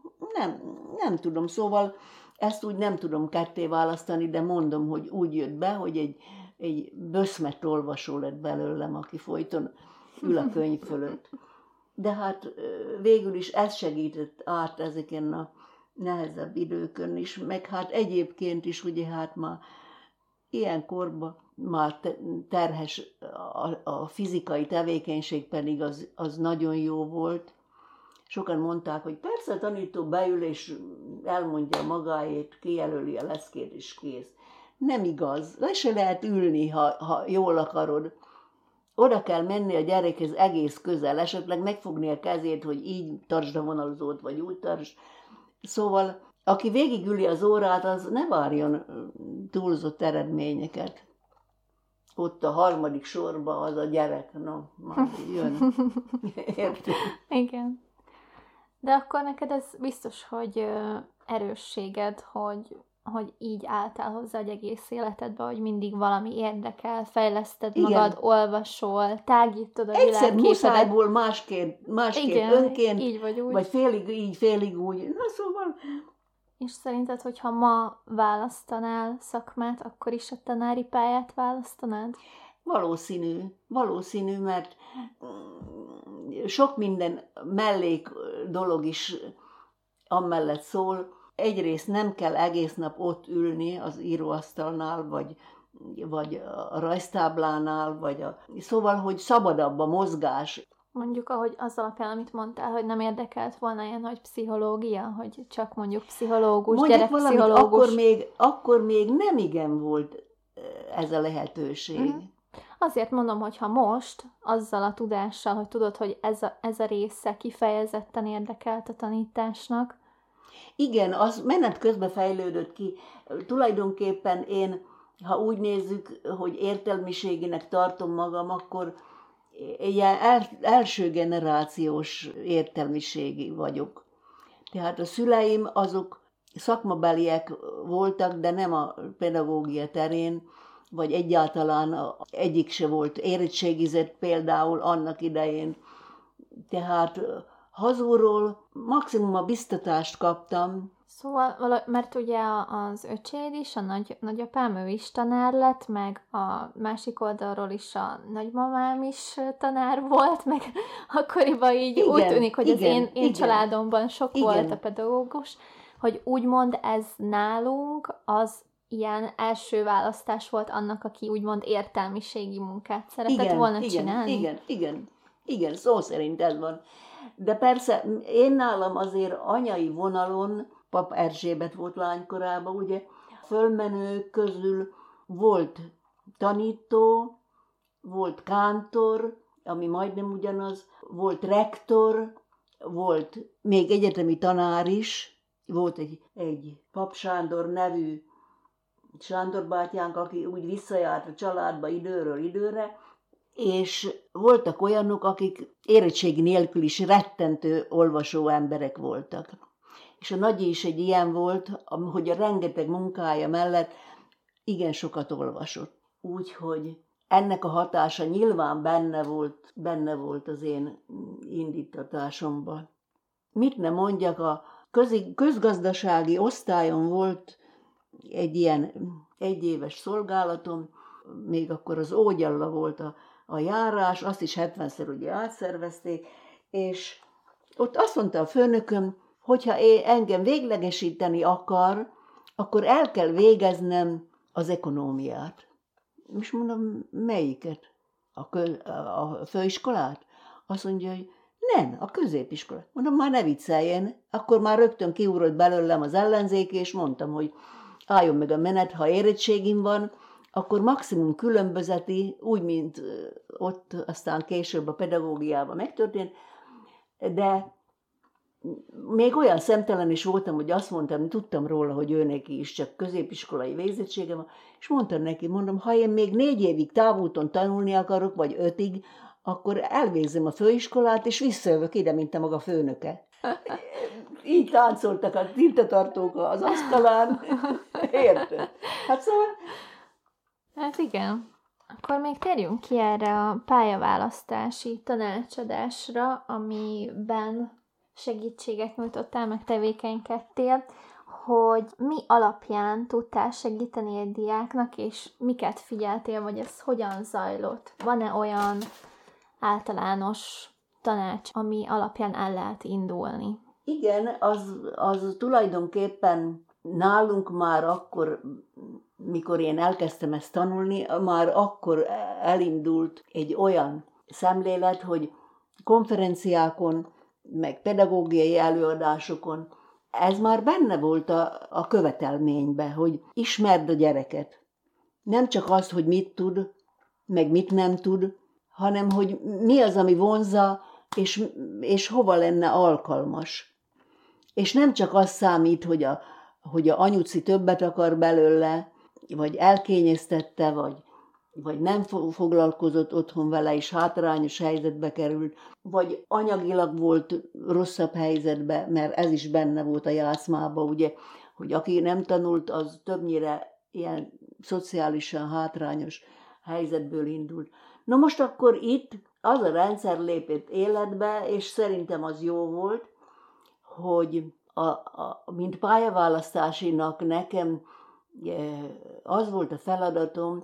Nem tudom, szóval ezt úgy nem tudom ketté választani, de mondom, hogy úgy jött be, hogy egy böszmet olvasó lett belőlem, aki folyton ül a könyv fölött. De hát végül is ez segített át ezeken a nehezebb időkön is, meg hát egyébként is, ugye hát már ilyen korban már terhes a fizikai tevékenység, pedig az nagyon jó volt. Sokan mondták, hogy persze a tanító beül és elmondja magáét, kijelöli a leszkét és kész. Nem igaz, le se lehet ülni, ha jól akarod. Oda kell menni a gyerekhez egész közel, esetleg megfogni a kezét, hogy így tartsd a vonalzót, vagy úgy tartsd. Szóval, aki végigüli az órát, az ne várjon túlzott eredményeket. Ott a harmadik sorban az a gyerek, már jön. Érted? Igen. De akkor neked ez biztos, hogy erősséged, hogy így álltál hozzá egy egész életedbe, hogy mindig valami érdekel, fejleszted magad, olvasol, tágítod a világképedet. Egyszer muszájból másként igen, önként, így vagy úgy. Vagy félig így, félig úgy. Na szóval... És szerinted, hogyha ma választanál szakmát, akkor is a tanári pályát választanád? Valószínű, mert sok minden mellék dolog is amellett szól. Egyrészt nem kell egész nap ott ülni az íróasztalnál, vagy a rajztáblánál, szóval, hogy szabadabb a mozgás. Mondjuk, ahogy az alapján, amit mondtál, hogy nem érdekelt volna ilyen, hogy pszichológia, hogy csak mondjuk pszichológus, mondjuk gyerekpszichológus. Akkor még nem igen volt ez a lehetőség. Azért mondom, hogy ha most, azzal a tudással, hogy tudod, hogy ez a része kifejezetten érdekelt a tanításnak. Igen, az menet közben fejlődött ki. Tulajdonképpen én, ha úgy nézzük, hogy értelmiséginek tartom magam, akkor ilyen első generációs értelmiségi vagyok. Tehát a szüleim azok szakmabeliek voltak, de nem a pedagógia terén, vagy egyáltalán egyik se volt érettségizett például annak idején. Tehát hazúról maximum a biztatást kaptam. Szóval, mert ugye az öcséd is, a nagyapám, ő is tanár lett, meg a másik oldalról is a nagymamám is tanár volt, meg akkoriban így igen, úgy tűnik, hogy igen, az én családomban sok igen. volt a pedagógus, hogy úgymond ez nálunk az ilyen első választás volt annak, aki úgymond értelmiségi munkát szeretett volna csinálni. Igen, szó szerint ez van. De persze én nálam azért anyai vonalon, Pap Erzsébet volt lánykorában, ugye, fölmenők közül volt tanító, volt kántor, ami majdnem ugyanaz, volt rektor, volt még egyetemi tanár is, volt egy Pap Sándor nevű Sándor bátyánk, aki úgy visszajárt a családba időről időre, és voltak olyanok, akik érettségi nélkül is rettentő olvasó emberek voltak. És a nagyi is egy ilyen volt, hogy a rengeteg munkája mellett igen sokat olvasott. Úgyhogy ennek a hatása nyilván benne volt az én indítatásomban. Mit ne mondjak, a közgazdasági osztályon volt egy ilyen egyéves szolgálatom, még akkor az Ógyalla volt a járás, azt is 70-szer ugye átszervezték, és ott azt mondta a főnököm, hogyha engem véglegesíteni akar, akkor el kell végeznem az ekonómiát. És mondom, melyiket? A főiskolát? Azt mondja, hogy nem, a középiskolát. Mondom, már ne vicceljen. Akkor már rögtön kiugrott belőlem az ellenzék, és mondtam, hogy álljon meg a menet, ha érettségim van, akkor maximum különbözeti, úgy, mint ott aztán később a pedagógiában megtörtént, de még olyan szemtelen is voltam, hogy azt mondtam, tudtam róla, hogy ő neki is csak középiskolai végzettsége van, és mondtam neki, mondom, ha én még 4 évig távúton tanulni akarok, vagy 5-ig, akkor elvégzem a főiskolát, és visszajövök ide, mint a maga főnöke. Így táncoltak a tintatartók az asztalán. Érted? Hát szóval... Hát igen. Akkor még térjünk ki erre a pályaválasztási tanácsadásra, amiben segítséget nyújtottál, meg tevékenykedtél, hogy mi alapján tudtál segíteni egy diáknak, és miket figyeltél, vagy ez hogyan zajlott? Van-e olyan általános tanács, ami alapján el lehet indulni? Igen, az tulajdonképpen nálunk már akkor, mikor én elkezdtem ezt tanulni, már akkor elindult egy olyan szemlélet, hogy konferenciákon, meg pedagógiai előadásokon, ez már benne volt a követelményben, hogy ismerd a gyereket. Nem csak az, hogy mit tud, meg mit nem tud, hanem hogy mi az, ami vonzza, és hova lenne alkalmas. És nem csak az számít, hogy a anyuci többet akar belőle, vagy elkényeztette, vagy nem foglalkozott otthon vele, és hátrányos helyzetbe került, vagy anyagilag volt rosszabb helyzetbe, mert ez is benne volt a játszmában, ugye, hogy aki nem tanult, az többnyire ilyen szociálisan hátrányos helyzetből indult. Na most akkor itt az a rendszer lépett életbe, és szerintem az jó volt, hogy mint pályaválasztásinak nekem az volt a feladatom,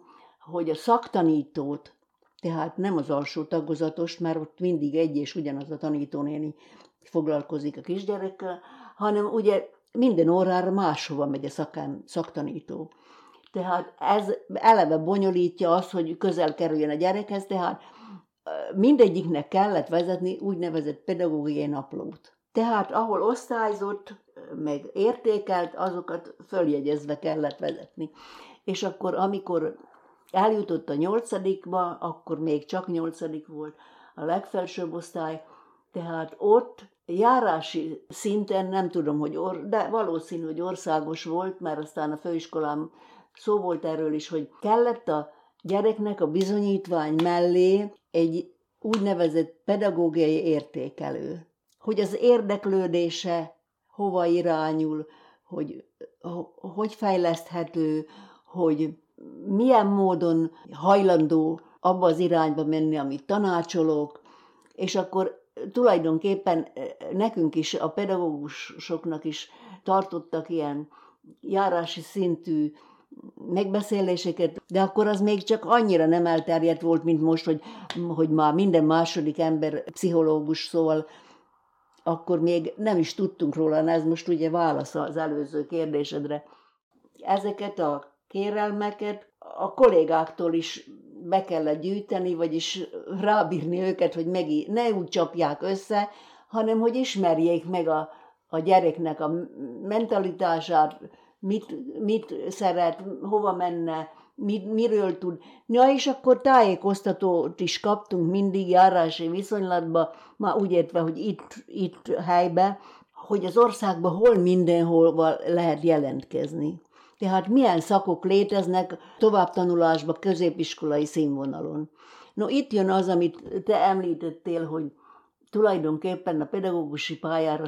hogy a szaktanítót, tehát nem az alsó tagozatos, mert ott mindig egy és ugyanaz a tanítónéni foglalkozik a kisgyerekkel, hanem ugye minden órára máshova megy a szaktanító. Tehát ez eleve bonyolítja azt, hogy közel kerüljön a gyerekhez, tehát mindegyiknek kellett vezetni úgynevezett pedagógiai naplót. Tehát ahol osztályzott, meg értékelt, azokat följegyezve kellett vezetni. És akkor, amikor eljutott a 8-ba, akkor még csak 8. volt a legfelsőbb osztály, tehát ott járási szinten, nem tudom, hogy de valószínű, hogy országos volt, mert aztán a főiskolám szó volt erről is, hogy kellett a gyereknek a bizonyítvány mellé egy úgynevezett pedagógiai értékelő, hogy az érdeklődése hova irányul, hogy fejleszthető, hogy milyen módon hajlandó abba az irányba menni, amit tanácsolok, és akkor tulajdonképpen nekünk is, a pedagógusoknak is tartottak ilyen járási szintű megbeszéléseket, de akkor az még csak annyira nem elterjedt volt, mint most, hogy már minden második ember pszichológus, szóval akkor még nem is tudtunk róla, ez most ugye válasz az előző kérdésedre. Ezeket a kérelmeket a kollégáktól is be kellett gyűjteni, vagyis rábírni őket, hogy ne úgy csapják össze, hanem hogy ismerjék meg a gyereknek a mentalitását, mit szeret, hova menne, miről tud. Ja, és akkor tájékoztatót is kaptunk mindig járási viszonylatban, már úgy értve, hogy itt helyben, hogy az országban hol mindenhol lehet jelentkezni. Tehát milyen szakok léteznek továbbtanulásban középiskolai színvonalon. No, itt jön az, amit te említettél, hogy tulajdonképpen a pedagógusi pályára,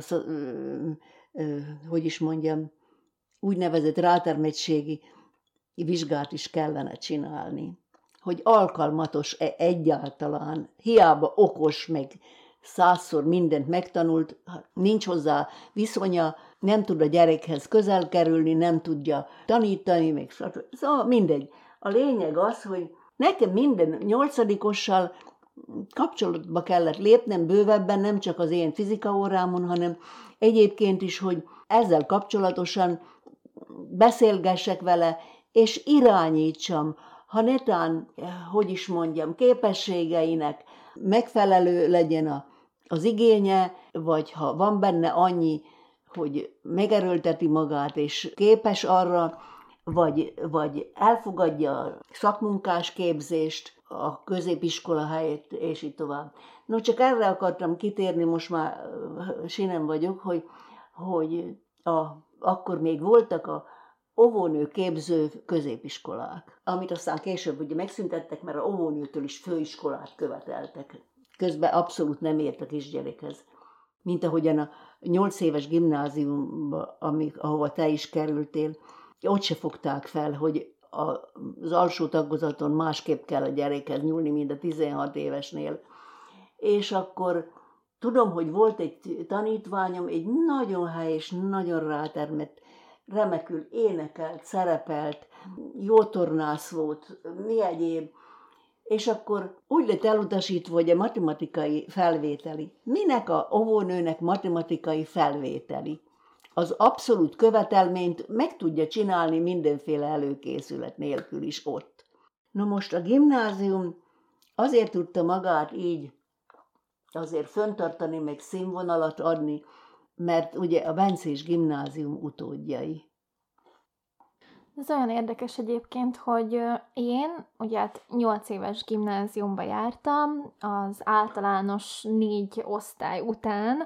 úgynevezett rátermettségi vizsgát is kellene csinálni. Hogy alkalmatos-e egyáltalán, hiába okos, meg 100-szor mindent megtanult, nincs hozzá viszonya, nem tud a gyerekhez közel kerülni, nem tudja tanítani, még szóval mindegy. A lényeg az, hogy nekem minden 8-ossal kapcsolatba kellett lépnem bővebben, nem csak az én fizika órámon, hanem egyébként is, hogy ezzel kapcsolatosan beszélgessek vele, és irányítsam, ha netán, képességeinek megfelelő legyen az igénye, vagy ha van benne annyi, hogy megerőlteti magát, és képes arra, vagy elfogadja a szakmunkás képzést a középiskola helyett, és így tovább. No, csak erre akartam kitérni, most már sinem vagyok, hogy akkor még voltak a óvónő képző középiskolák, amit aztán később ugye megszüntettek, mert a óvónőtől is főiskolát követeltek. Közben abszolút nem ért a kisgyerekhez. Mint ahogyan a 8 éves gimnáziumba, ahova te is kerültél, ott se fogták fel, hogy az alsó tagozaton másképp kell a gyerekhez nyúlni, mint a 16 évesnél. És akkor tudom, hogy volt egy tanítványom, egy nagyon helyes, nagyon rátermett, remekül énekelt, szerepelt, jó tornász volt, mi egyéb. És akkor úgy lett elutasítva, hogy a matematikai felvételi. Minek a óvónőnek matematikai felvételi? Az abszolút követelményt meg tudja csinálni mindenféle előkészület nélkül is ott. Na most a gimnázium azért tudta magát így azért föntartani, meg színvonalat adni, mert ugye a Bencés gimnázium utódjai. Ez olyan érdekes egyébként, hogy én ugye 8 éves gimnáziumba jártam, az általános 4 osztály után,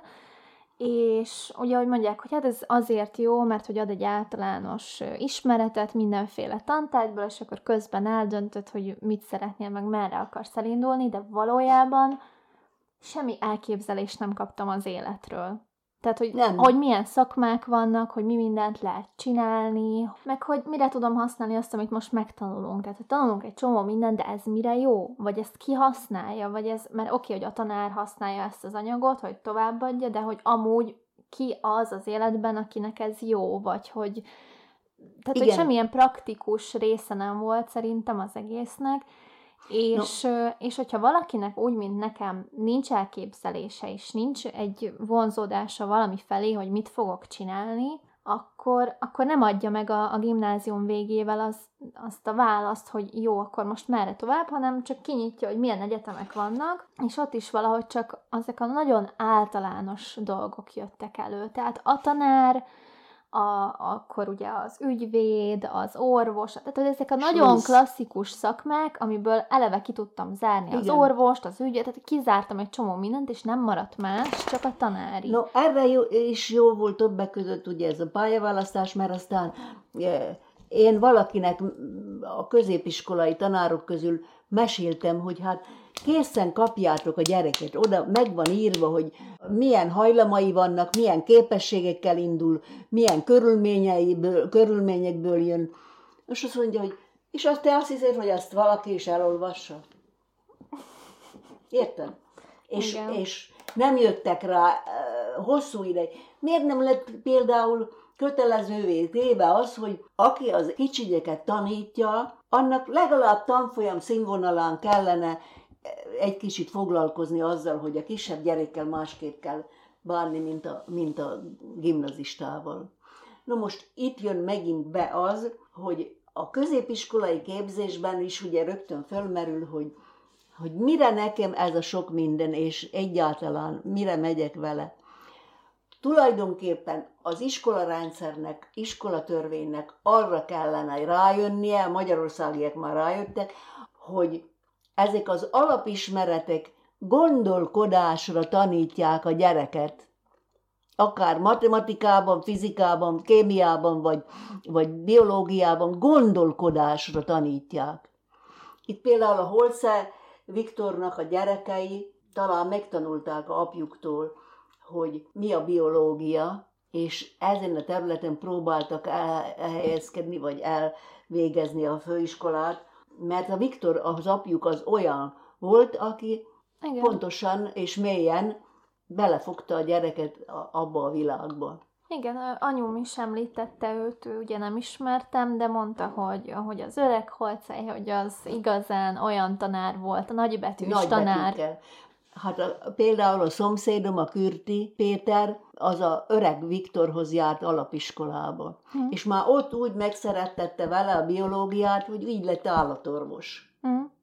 és ugye, ahogy mondják, hogy hát ez azért jó, mert hogy ad egy általános ismeretet mindenféle tantárgyból, és akkor közben eldöntöd, hogy mit szeretnél, meg merre akarsz elindulni, de valójában semmi elképzelést nem kaptam az életről. Tehát, hogy milyen szakmák vannak, hogy mi mindent lehet csinálni, meg hogy mire tudom használni azt, amit most megtanulunk. Tehát, hogy tanulunk egy csomó mindent, de ez mire jó? Vagy ezt ki használja? Vagy ez, mert oké, hogy a tanár használja ezt az anyagot, hogy továbbadja, de hogy amúgy ki az életben, akinek ez jó? Vagy hogy Tehát, hogy semmilyen praktikus része nem volt szerintem az egésznek, és hogyha valakinek úgy, mint nekem, nincs elképzelése, és nincs egy vonzódása valami felé, hogy mit fogok csinálni, akkor nem adja meg a gimnázium végével azt a választ, hogy jó, akkor most merre tovább, hanem csak kinyitja, hogy milyen egyetemek vannak, és ott is valahogy csak ezek a nagyon általános dolgok jöttek elő. Tehát a tanár, akkor ugye az ügyvéd, az orvos, tehát ezek a nagyon klasszikus szakmák, amiből eleve ki tudtam zárni az orvost, az ügyvéd, tehát kizártam egy csomó mindent, és nem maradt más, csak a tanári. No, erre is jó volt többek között ugye ez a pályaválasztás, mert aztán én valakinek a középiskolai tanárok közül meséltem, hogy hát készen kapjátok a gyereket, oda meg van írva, hogy milyen hajlamai vannak, milyen képességekkel indul, milyen körülményekből jön. És azt mondja, hogy és azt te azt hiszed, hogy azt valaki is elolvassa? Érted? És nem jöttek rá hosszú ideig. Miért nem lett például kötelezővé téve az, hogy aki az kicsigyeket tanítja, annak legalább tanfolyam színvonalán kellene egy kicsit foglalkozni azzal, hogy a kisebb gyerekkel másképp kell bánni, mint a gimnazistával. Na most itt jön megint be az, hogy a középiskolai képzésben is ugye rögtön fölmerül, hogy mire nekem ez a sok minden, és egyáltalán mire megyek vele. Tulajdonképpen az iskolarendszernek, iskolatörvénynek arra kellene rájönnie, a magyarországiak már rájöttek, hogy ezek az alapismeretek gondolkodásra tanítják a gyereket. Akár matematikában, fizikában, kémiában, vagy biológiában gondolkodásra tanítják. Itt például a Holzer Viktornak a gyerekei talán megtanulták a apjuktól, hogy mi a biológia, és ezen a területen próbáltak elhelyezkedni, vagy elvégezni a főiskolát, mert a Viktor, az apjuk az olyan volt, aki pontosan és mélyen belefogta a gyereket abba a világba. Igen, anyum is említette őt, ő ugye nem ismertem, de mondta, hogy az öreg Holcey, hogy az igazán olyan tanár volt, a nagybetűs tanár. Hát például a szomszédom, a Kürti Péter, az a öreg Viktorhoz járt alapiskolába. És már ott úgy megszerettette vele a biológiát, hogy így lett állatorvos.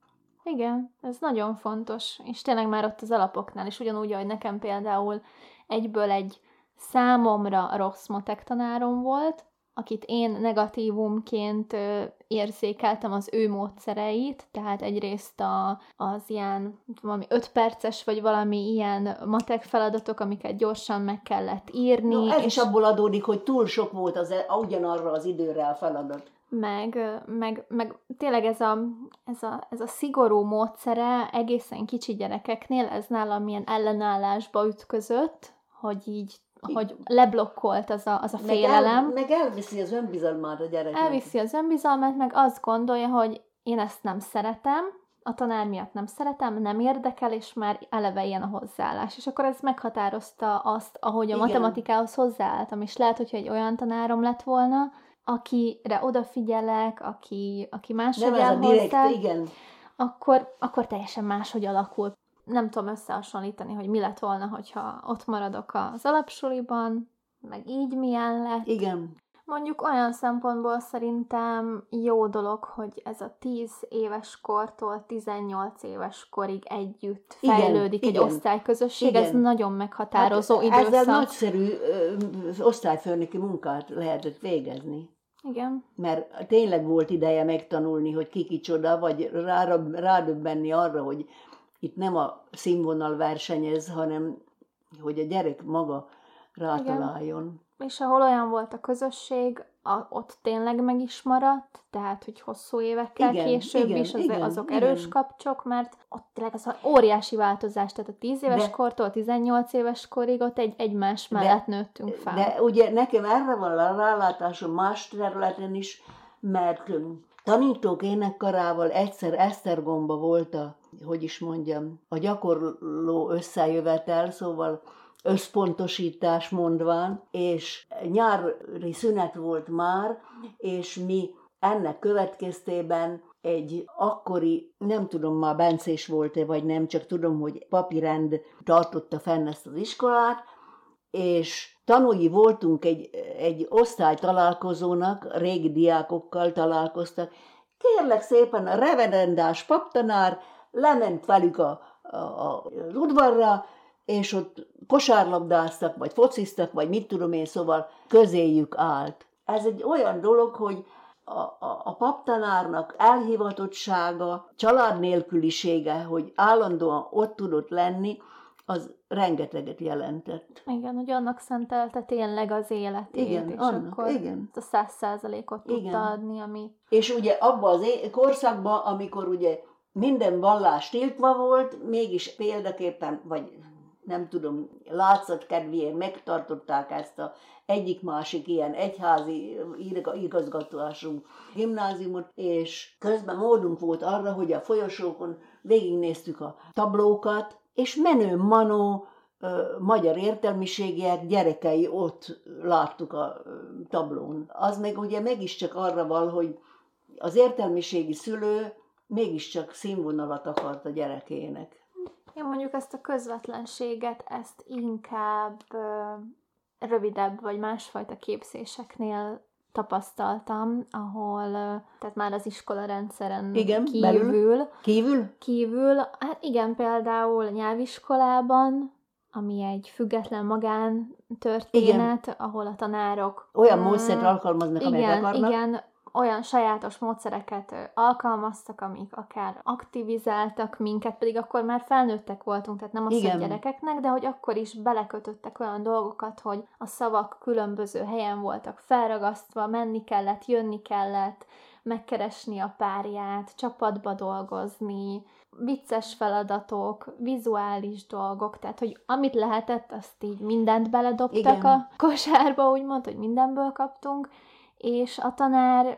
Igen, ez nagyon fontos. És tényleg már ott az alapoknál is ugyanúgy, ahogy nekem például egyből egy számomra rossz matek tanárom volt, akit én negatívumként érzékeltem az ő módszereit, tehát egyrészt az ilyen valami 5 perces, vagy valami ilyen matek feladatok, amiket gyorsan meg kellett írni. No, ez is abból adódik, hogy túl sok volt ugyanarra az időre a feladat. Meg tényleg ez a szigorú módszere egészen kicsi gyerekeknél, ez nálam ilyen ellenállásba ütközött, hogy leblokkolt az a félelem. Meg elviszi az önbizalmát a gyereknek. Elviszi az önbizalmát, meg azt gondolja, hogy én ezt nem szeretem, a tanár miatt nem szeretem, nem érdekel, és már eleve ilyen a hozzáállás. És akkor ez meghatározta azt, ahogy a matematikához hozzáálltam. És lehet, hogyha egy olyan tanárom lett volna, akire odafigyelek, aki máshogy áll hozzá, akkor teljesen máshogy alakul. Nem tudom összehasonlítani, hogy mi lett volna, hogyha ott maradok az alapsuliban, meg így milyen lett. Igen. Mondjuk olyan szempontból szerintem jó dolog, hogy ez a 10 éves kortól 18 éves korig együtt fejlődik egy osztályközösség. Igen. Ez nagyon meghatározó időszak. Ezzel nagyszerű osztályfőnöki munkát lehetett végezni. Igen. Mert tényleg volt ideje megtanulni, hogy ki kicsoda, vagy rádöbbenni arra, hogy itt nem a színvonal versenyez, hanem hogy a gyerek maga rátaláljon. Igen. És ahol olyan volt a közösség, ott tényleg meg is maradt, tehát, hogy hosszú évekkel később is azok erős kapcsok, mert ott tényleg az óriási változás, tehát a 10 éves kortól 18 éves korig ott egymás mellett nőttünk fel. De ugye nekem erre van a rálátásom más területen is, mert tanítók énekkarával egyszer Esztergomba volt a gyakorló összejövetel, szóval összpontosítás mondván, és nyári szünet volt már, és mi ennek következtében egy akkori, nem tudom már bencés volt-e vagy nem, csak tudom, hogy papirend tartotta fenn ezt az iskolát, és tanúi voltunk egy osztálytalálkozónak, régi diákokkal találkoztak. Kérlek szépen, a reverendás paptanár lement velük az udvarra, és ott kosárlabdáztak, vagy fociztak, vagy mit tudom én, szóval közéjük állt. Ez egy olyan dolog, hogy a paptanárnak elhivatottsága, család nélkülisége, hogy állandóan ott tudott lenni, az rengeteget jelentett. Igen, hogy annak szentelte tényleg az életét, igen, és annak, akkor igen. a 100%-ot tudta adni, ami... És ugye abban az korszakban, amikor ugye minden vallás tiltva volt, mégis példaképpen, vagy nem tudom, látszat kedvéért megtartották ezt a egyik-másik ilyen egyházi igazgatású gimnáziumot, és közben módunk volt arra, hogy a folyosókon végignéztük a tablókat, és menő-manó magyar értelmiségiek gyerekei ott láttuk a tablón. Az meg ugye mégiscsak arra val, hogy az értelmiségi szülő mégiscsak színvonalat akart a gyerekének. Én mondjuk ezt a közvetlenséget, ezt inkább rövidebb vagy másfajta képzéseknél tapasztaltam, ahol, tehát már az iskolarendszeren kívül, hát igen, például nyelviskolában, ami egy független magántörténet, ahol a tanárok... Olyan módszert alkalmaznak, amelyet akarnak. Igen, olyan sajátos módszereket alkalmaztak, amik akár aktivizáltak minket, pedig akkor már felnőttek voltunk, tehát nem az, hogy gyerekeknek, de hogy akkor is belekötöttek olyan dolgokat, hogy a szavak különböző helyen voltak felragasztva, menni kellett, jönni kellett, megkeresni a párját, csapatba dolgozni, vicces feladatok, vizuális dolgok, tehát hogy amit lehetett, azt így mindent beledobtak a kosárba, úgymond, hogy mindenből kaptunk, és a tanár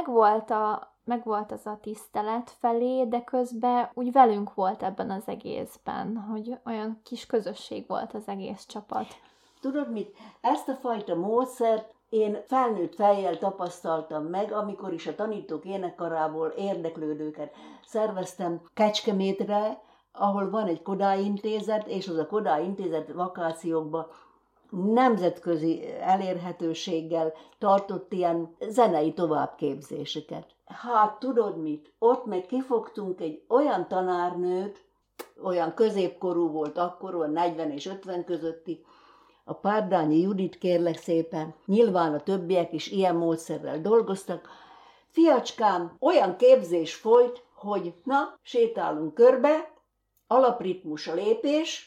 megvolt az a tisztelet felé, de közben úgy velünk volt ebben az egészben, hogy olyan kis közösség volt az egész csapat. Tudod mit? Ezt a fajta módszert én felnőtt fejjel tapasztaltam meg, amikor is a tanítók énekkarából érdeklődőket szerveztem Kecskemétre, ahol van egy Kodály intézet, és az a Kodály intézet vakációkban nemzetközi elérhetőséggel tartott ilyen zenei továbbképzéseket. Hát tudod mit? Ott meg kifogtunk egy olyan tanárnőt, olyan középkorú volt akkor, olyan 40 és 50 közötti, a Párdányi Judit, kérlek szépen, nyilván a többiek is ilyen módszerrel dolgoztak. Fiacskám, olyan képzés folyt, hogy na, sétálunk körbe, alapritmus a lépés,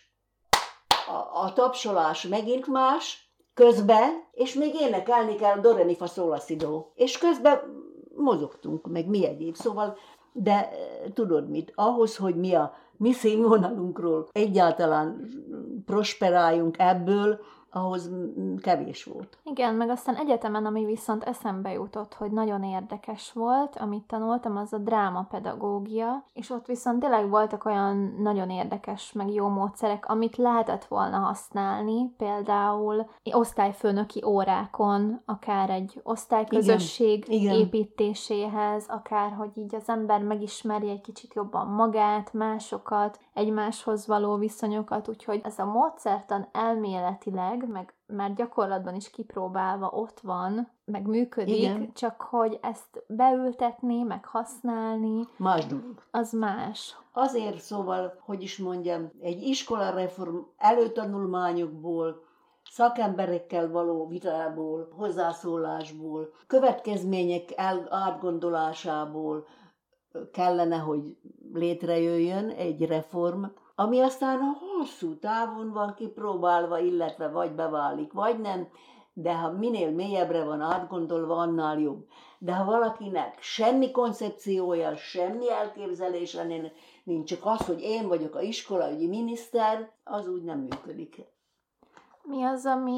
a tapsolás megint más, közben, és még énekelni kell do, re, mi, fa, sol, la, si, do. És közben mozogtunk, meg mi egyéb. Szóval, de tudod mit, ahhoz, hogy mi színvonalunkról egyáltalán prosperáljunk ebből, ahhoz kevés volt. Igen, meg aztán egyetemen, ami viszont eszembe jutott, hogy nagyon érdekes volt, amit tanultam, az a drámapedagógia, és ott viszont tényleg voltak olyan nagyon érdekes, meg jó módszerek, amit lehetett volna használni, például osztályfőnöki órákon, akár egy osztályközösség építéséhez, akár hogy így az ember megismerje egy kicsit jobban magát, másokat, egymáshoz való viszonyokat, úgyhogy ez a módszertan elméletileg, meg már gyakorlatban is kipróbálva ott van, meg működik, csak hogy ezt beültetni, meg használni, más dolog. Az más. Azért szóval, hogy is mondjam, egy iskolareform előtanulmányokból, szakemberekkel való vitából, hozzászólásból, következmények átgondolásából kellene, hogy létrejöjjön egy reform, ami aztán hosszú távon van kipróbálva, illetve vagy beválik, vagy nem, de ha minél mélyebbre van átgondolva, annál jobb. De ha valakinek semmi koncepciója, semmi elképzelése nincs, csak az, hogy én vagyok a iskolaügyi miniszter, az úgy nem működik. Mi az, ami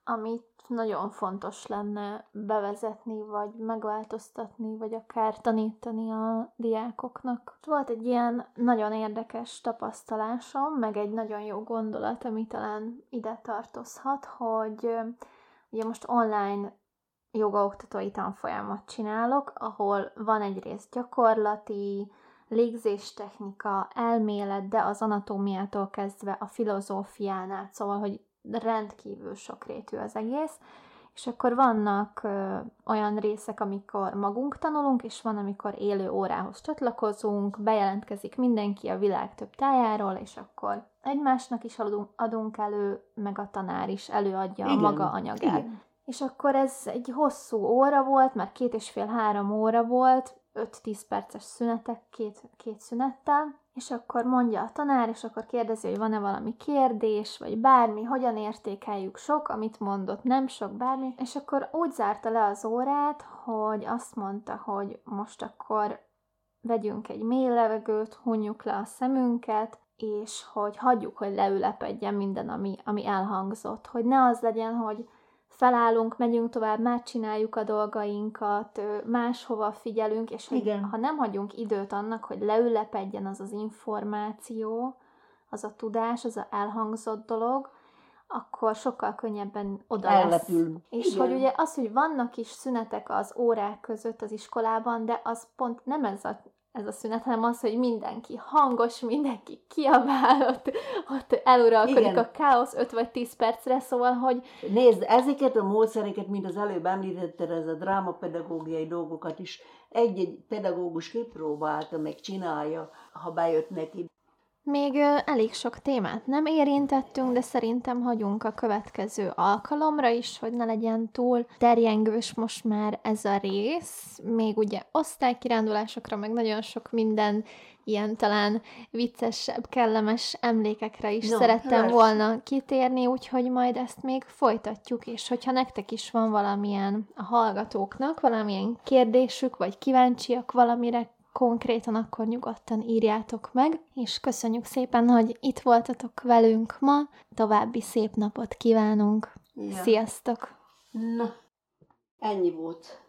amit nagyon fontos lenne bevezetni, vagy megváltoztatni, vagy akár tanítani a diákoknak. Volt egy ilyen nagyon érdekes tapasztalásom, meg egy nagyon jó gondolat, ami talán ide tartozhat, hogy ugye most online jogaoktatói tanfolyamat csinálok, ahol van egyrészt gyakorlati, légzéstechnika, elmélet, de az anatómiától kezdve a filozófián át, szóval, hogy rendkívül sokrétű az egész, és akkor vannak olyan részek, amikor magunk tanulunk, és van, amikor élő órához csatlakozunk, bejelentkezik mindenki a világ több tájáról, és akkor egymásnak is adunk elő, meg a tanár is előadja a maga anyagát. Igen. És akkor ez egy hosszú óra volt, mert 2,5-3 óra volt, 5-10 perces szünetek, két szünettel, és akkor mondja a tanár, és akkor kérdezi, hogy van-e valami kérdés, vagy bármi, hogyan értékeljük sok, amit mondott, nem sok, bármi, és akkor úgy zárta le az órát, hogy azt mondta, hogy most akkor vegyünk egy mély levegőt, hunjuk le a szemünket, és hogy hagyjuk, hogy leülepedjen minden, ami elhangzott, hogy ne az legyen, hogy felállunk, megyünk tovább, már csináljuk a dolgainkat, máshova figyelünk, és hogy ha nem hagyunk időt annak, hogy leülepedjen az az információ, az a tudás, az a elhangzott dolog, akkor sokkal könnyebben oda lesz. És igen. Hogy ugye az, hogy vannak is szünetek az órák között az iskolában, de az pont nem ez a szünet, hanem az, hogy mindenki hangos, mindenki kiabál, ott eluralkodik a káosz 5 vagy 10 percre, szóval, hogy... Nézd, ezeket a módszereket, mint az előbb említetted, ez a drámapedagógiai dolgokat is egy-egy pedagógus kipróbálta, meg csinálja, ha bejött neki. Még elég sok témát nem érintettünk, de szerintem hagyunk a következő alkalomra is, hogy ne legyen túl terjengős most már ez a rész. Még ugye osztálykirándulásokra, meg nagyon sok minden ilyen talán viccesebb, kellemes emlékekre is szerettem volna kitérni, úgyhogy majd ezt még folytatjuk, és hogyha nektek is van valamilyen a hallgatóknak, valamilyen kérdésük, vagy kíváncsiak valamire, konkrétan, akkor nyugodtan írjátok meg, és köszönjük szépen, hogy itt voltatok velünk ma. További szép napot kívánunk. Ja. Sziasztok! Na, ennyi volt.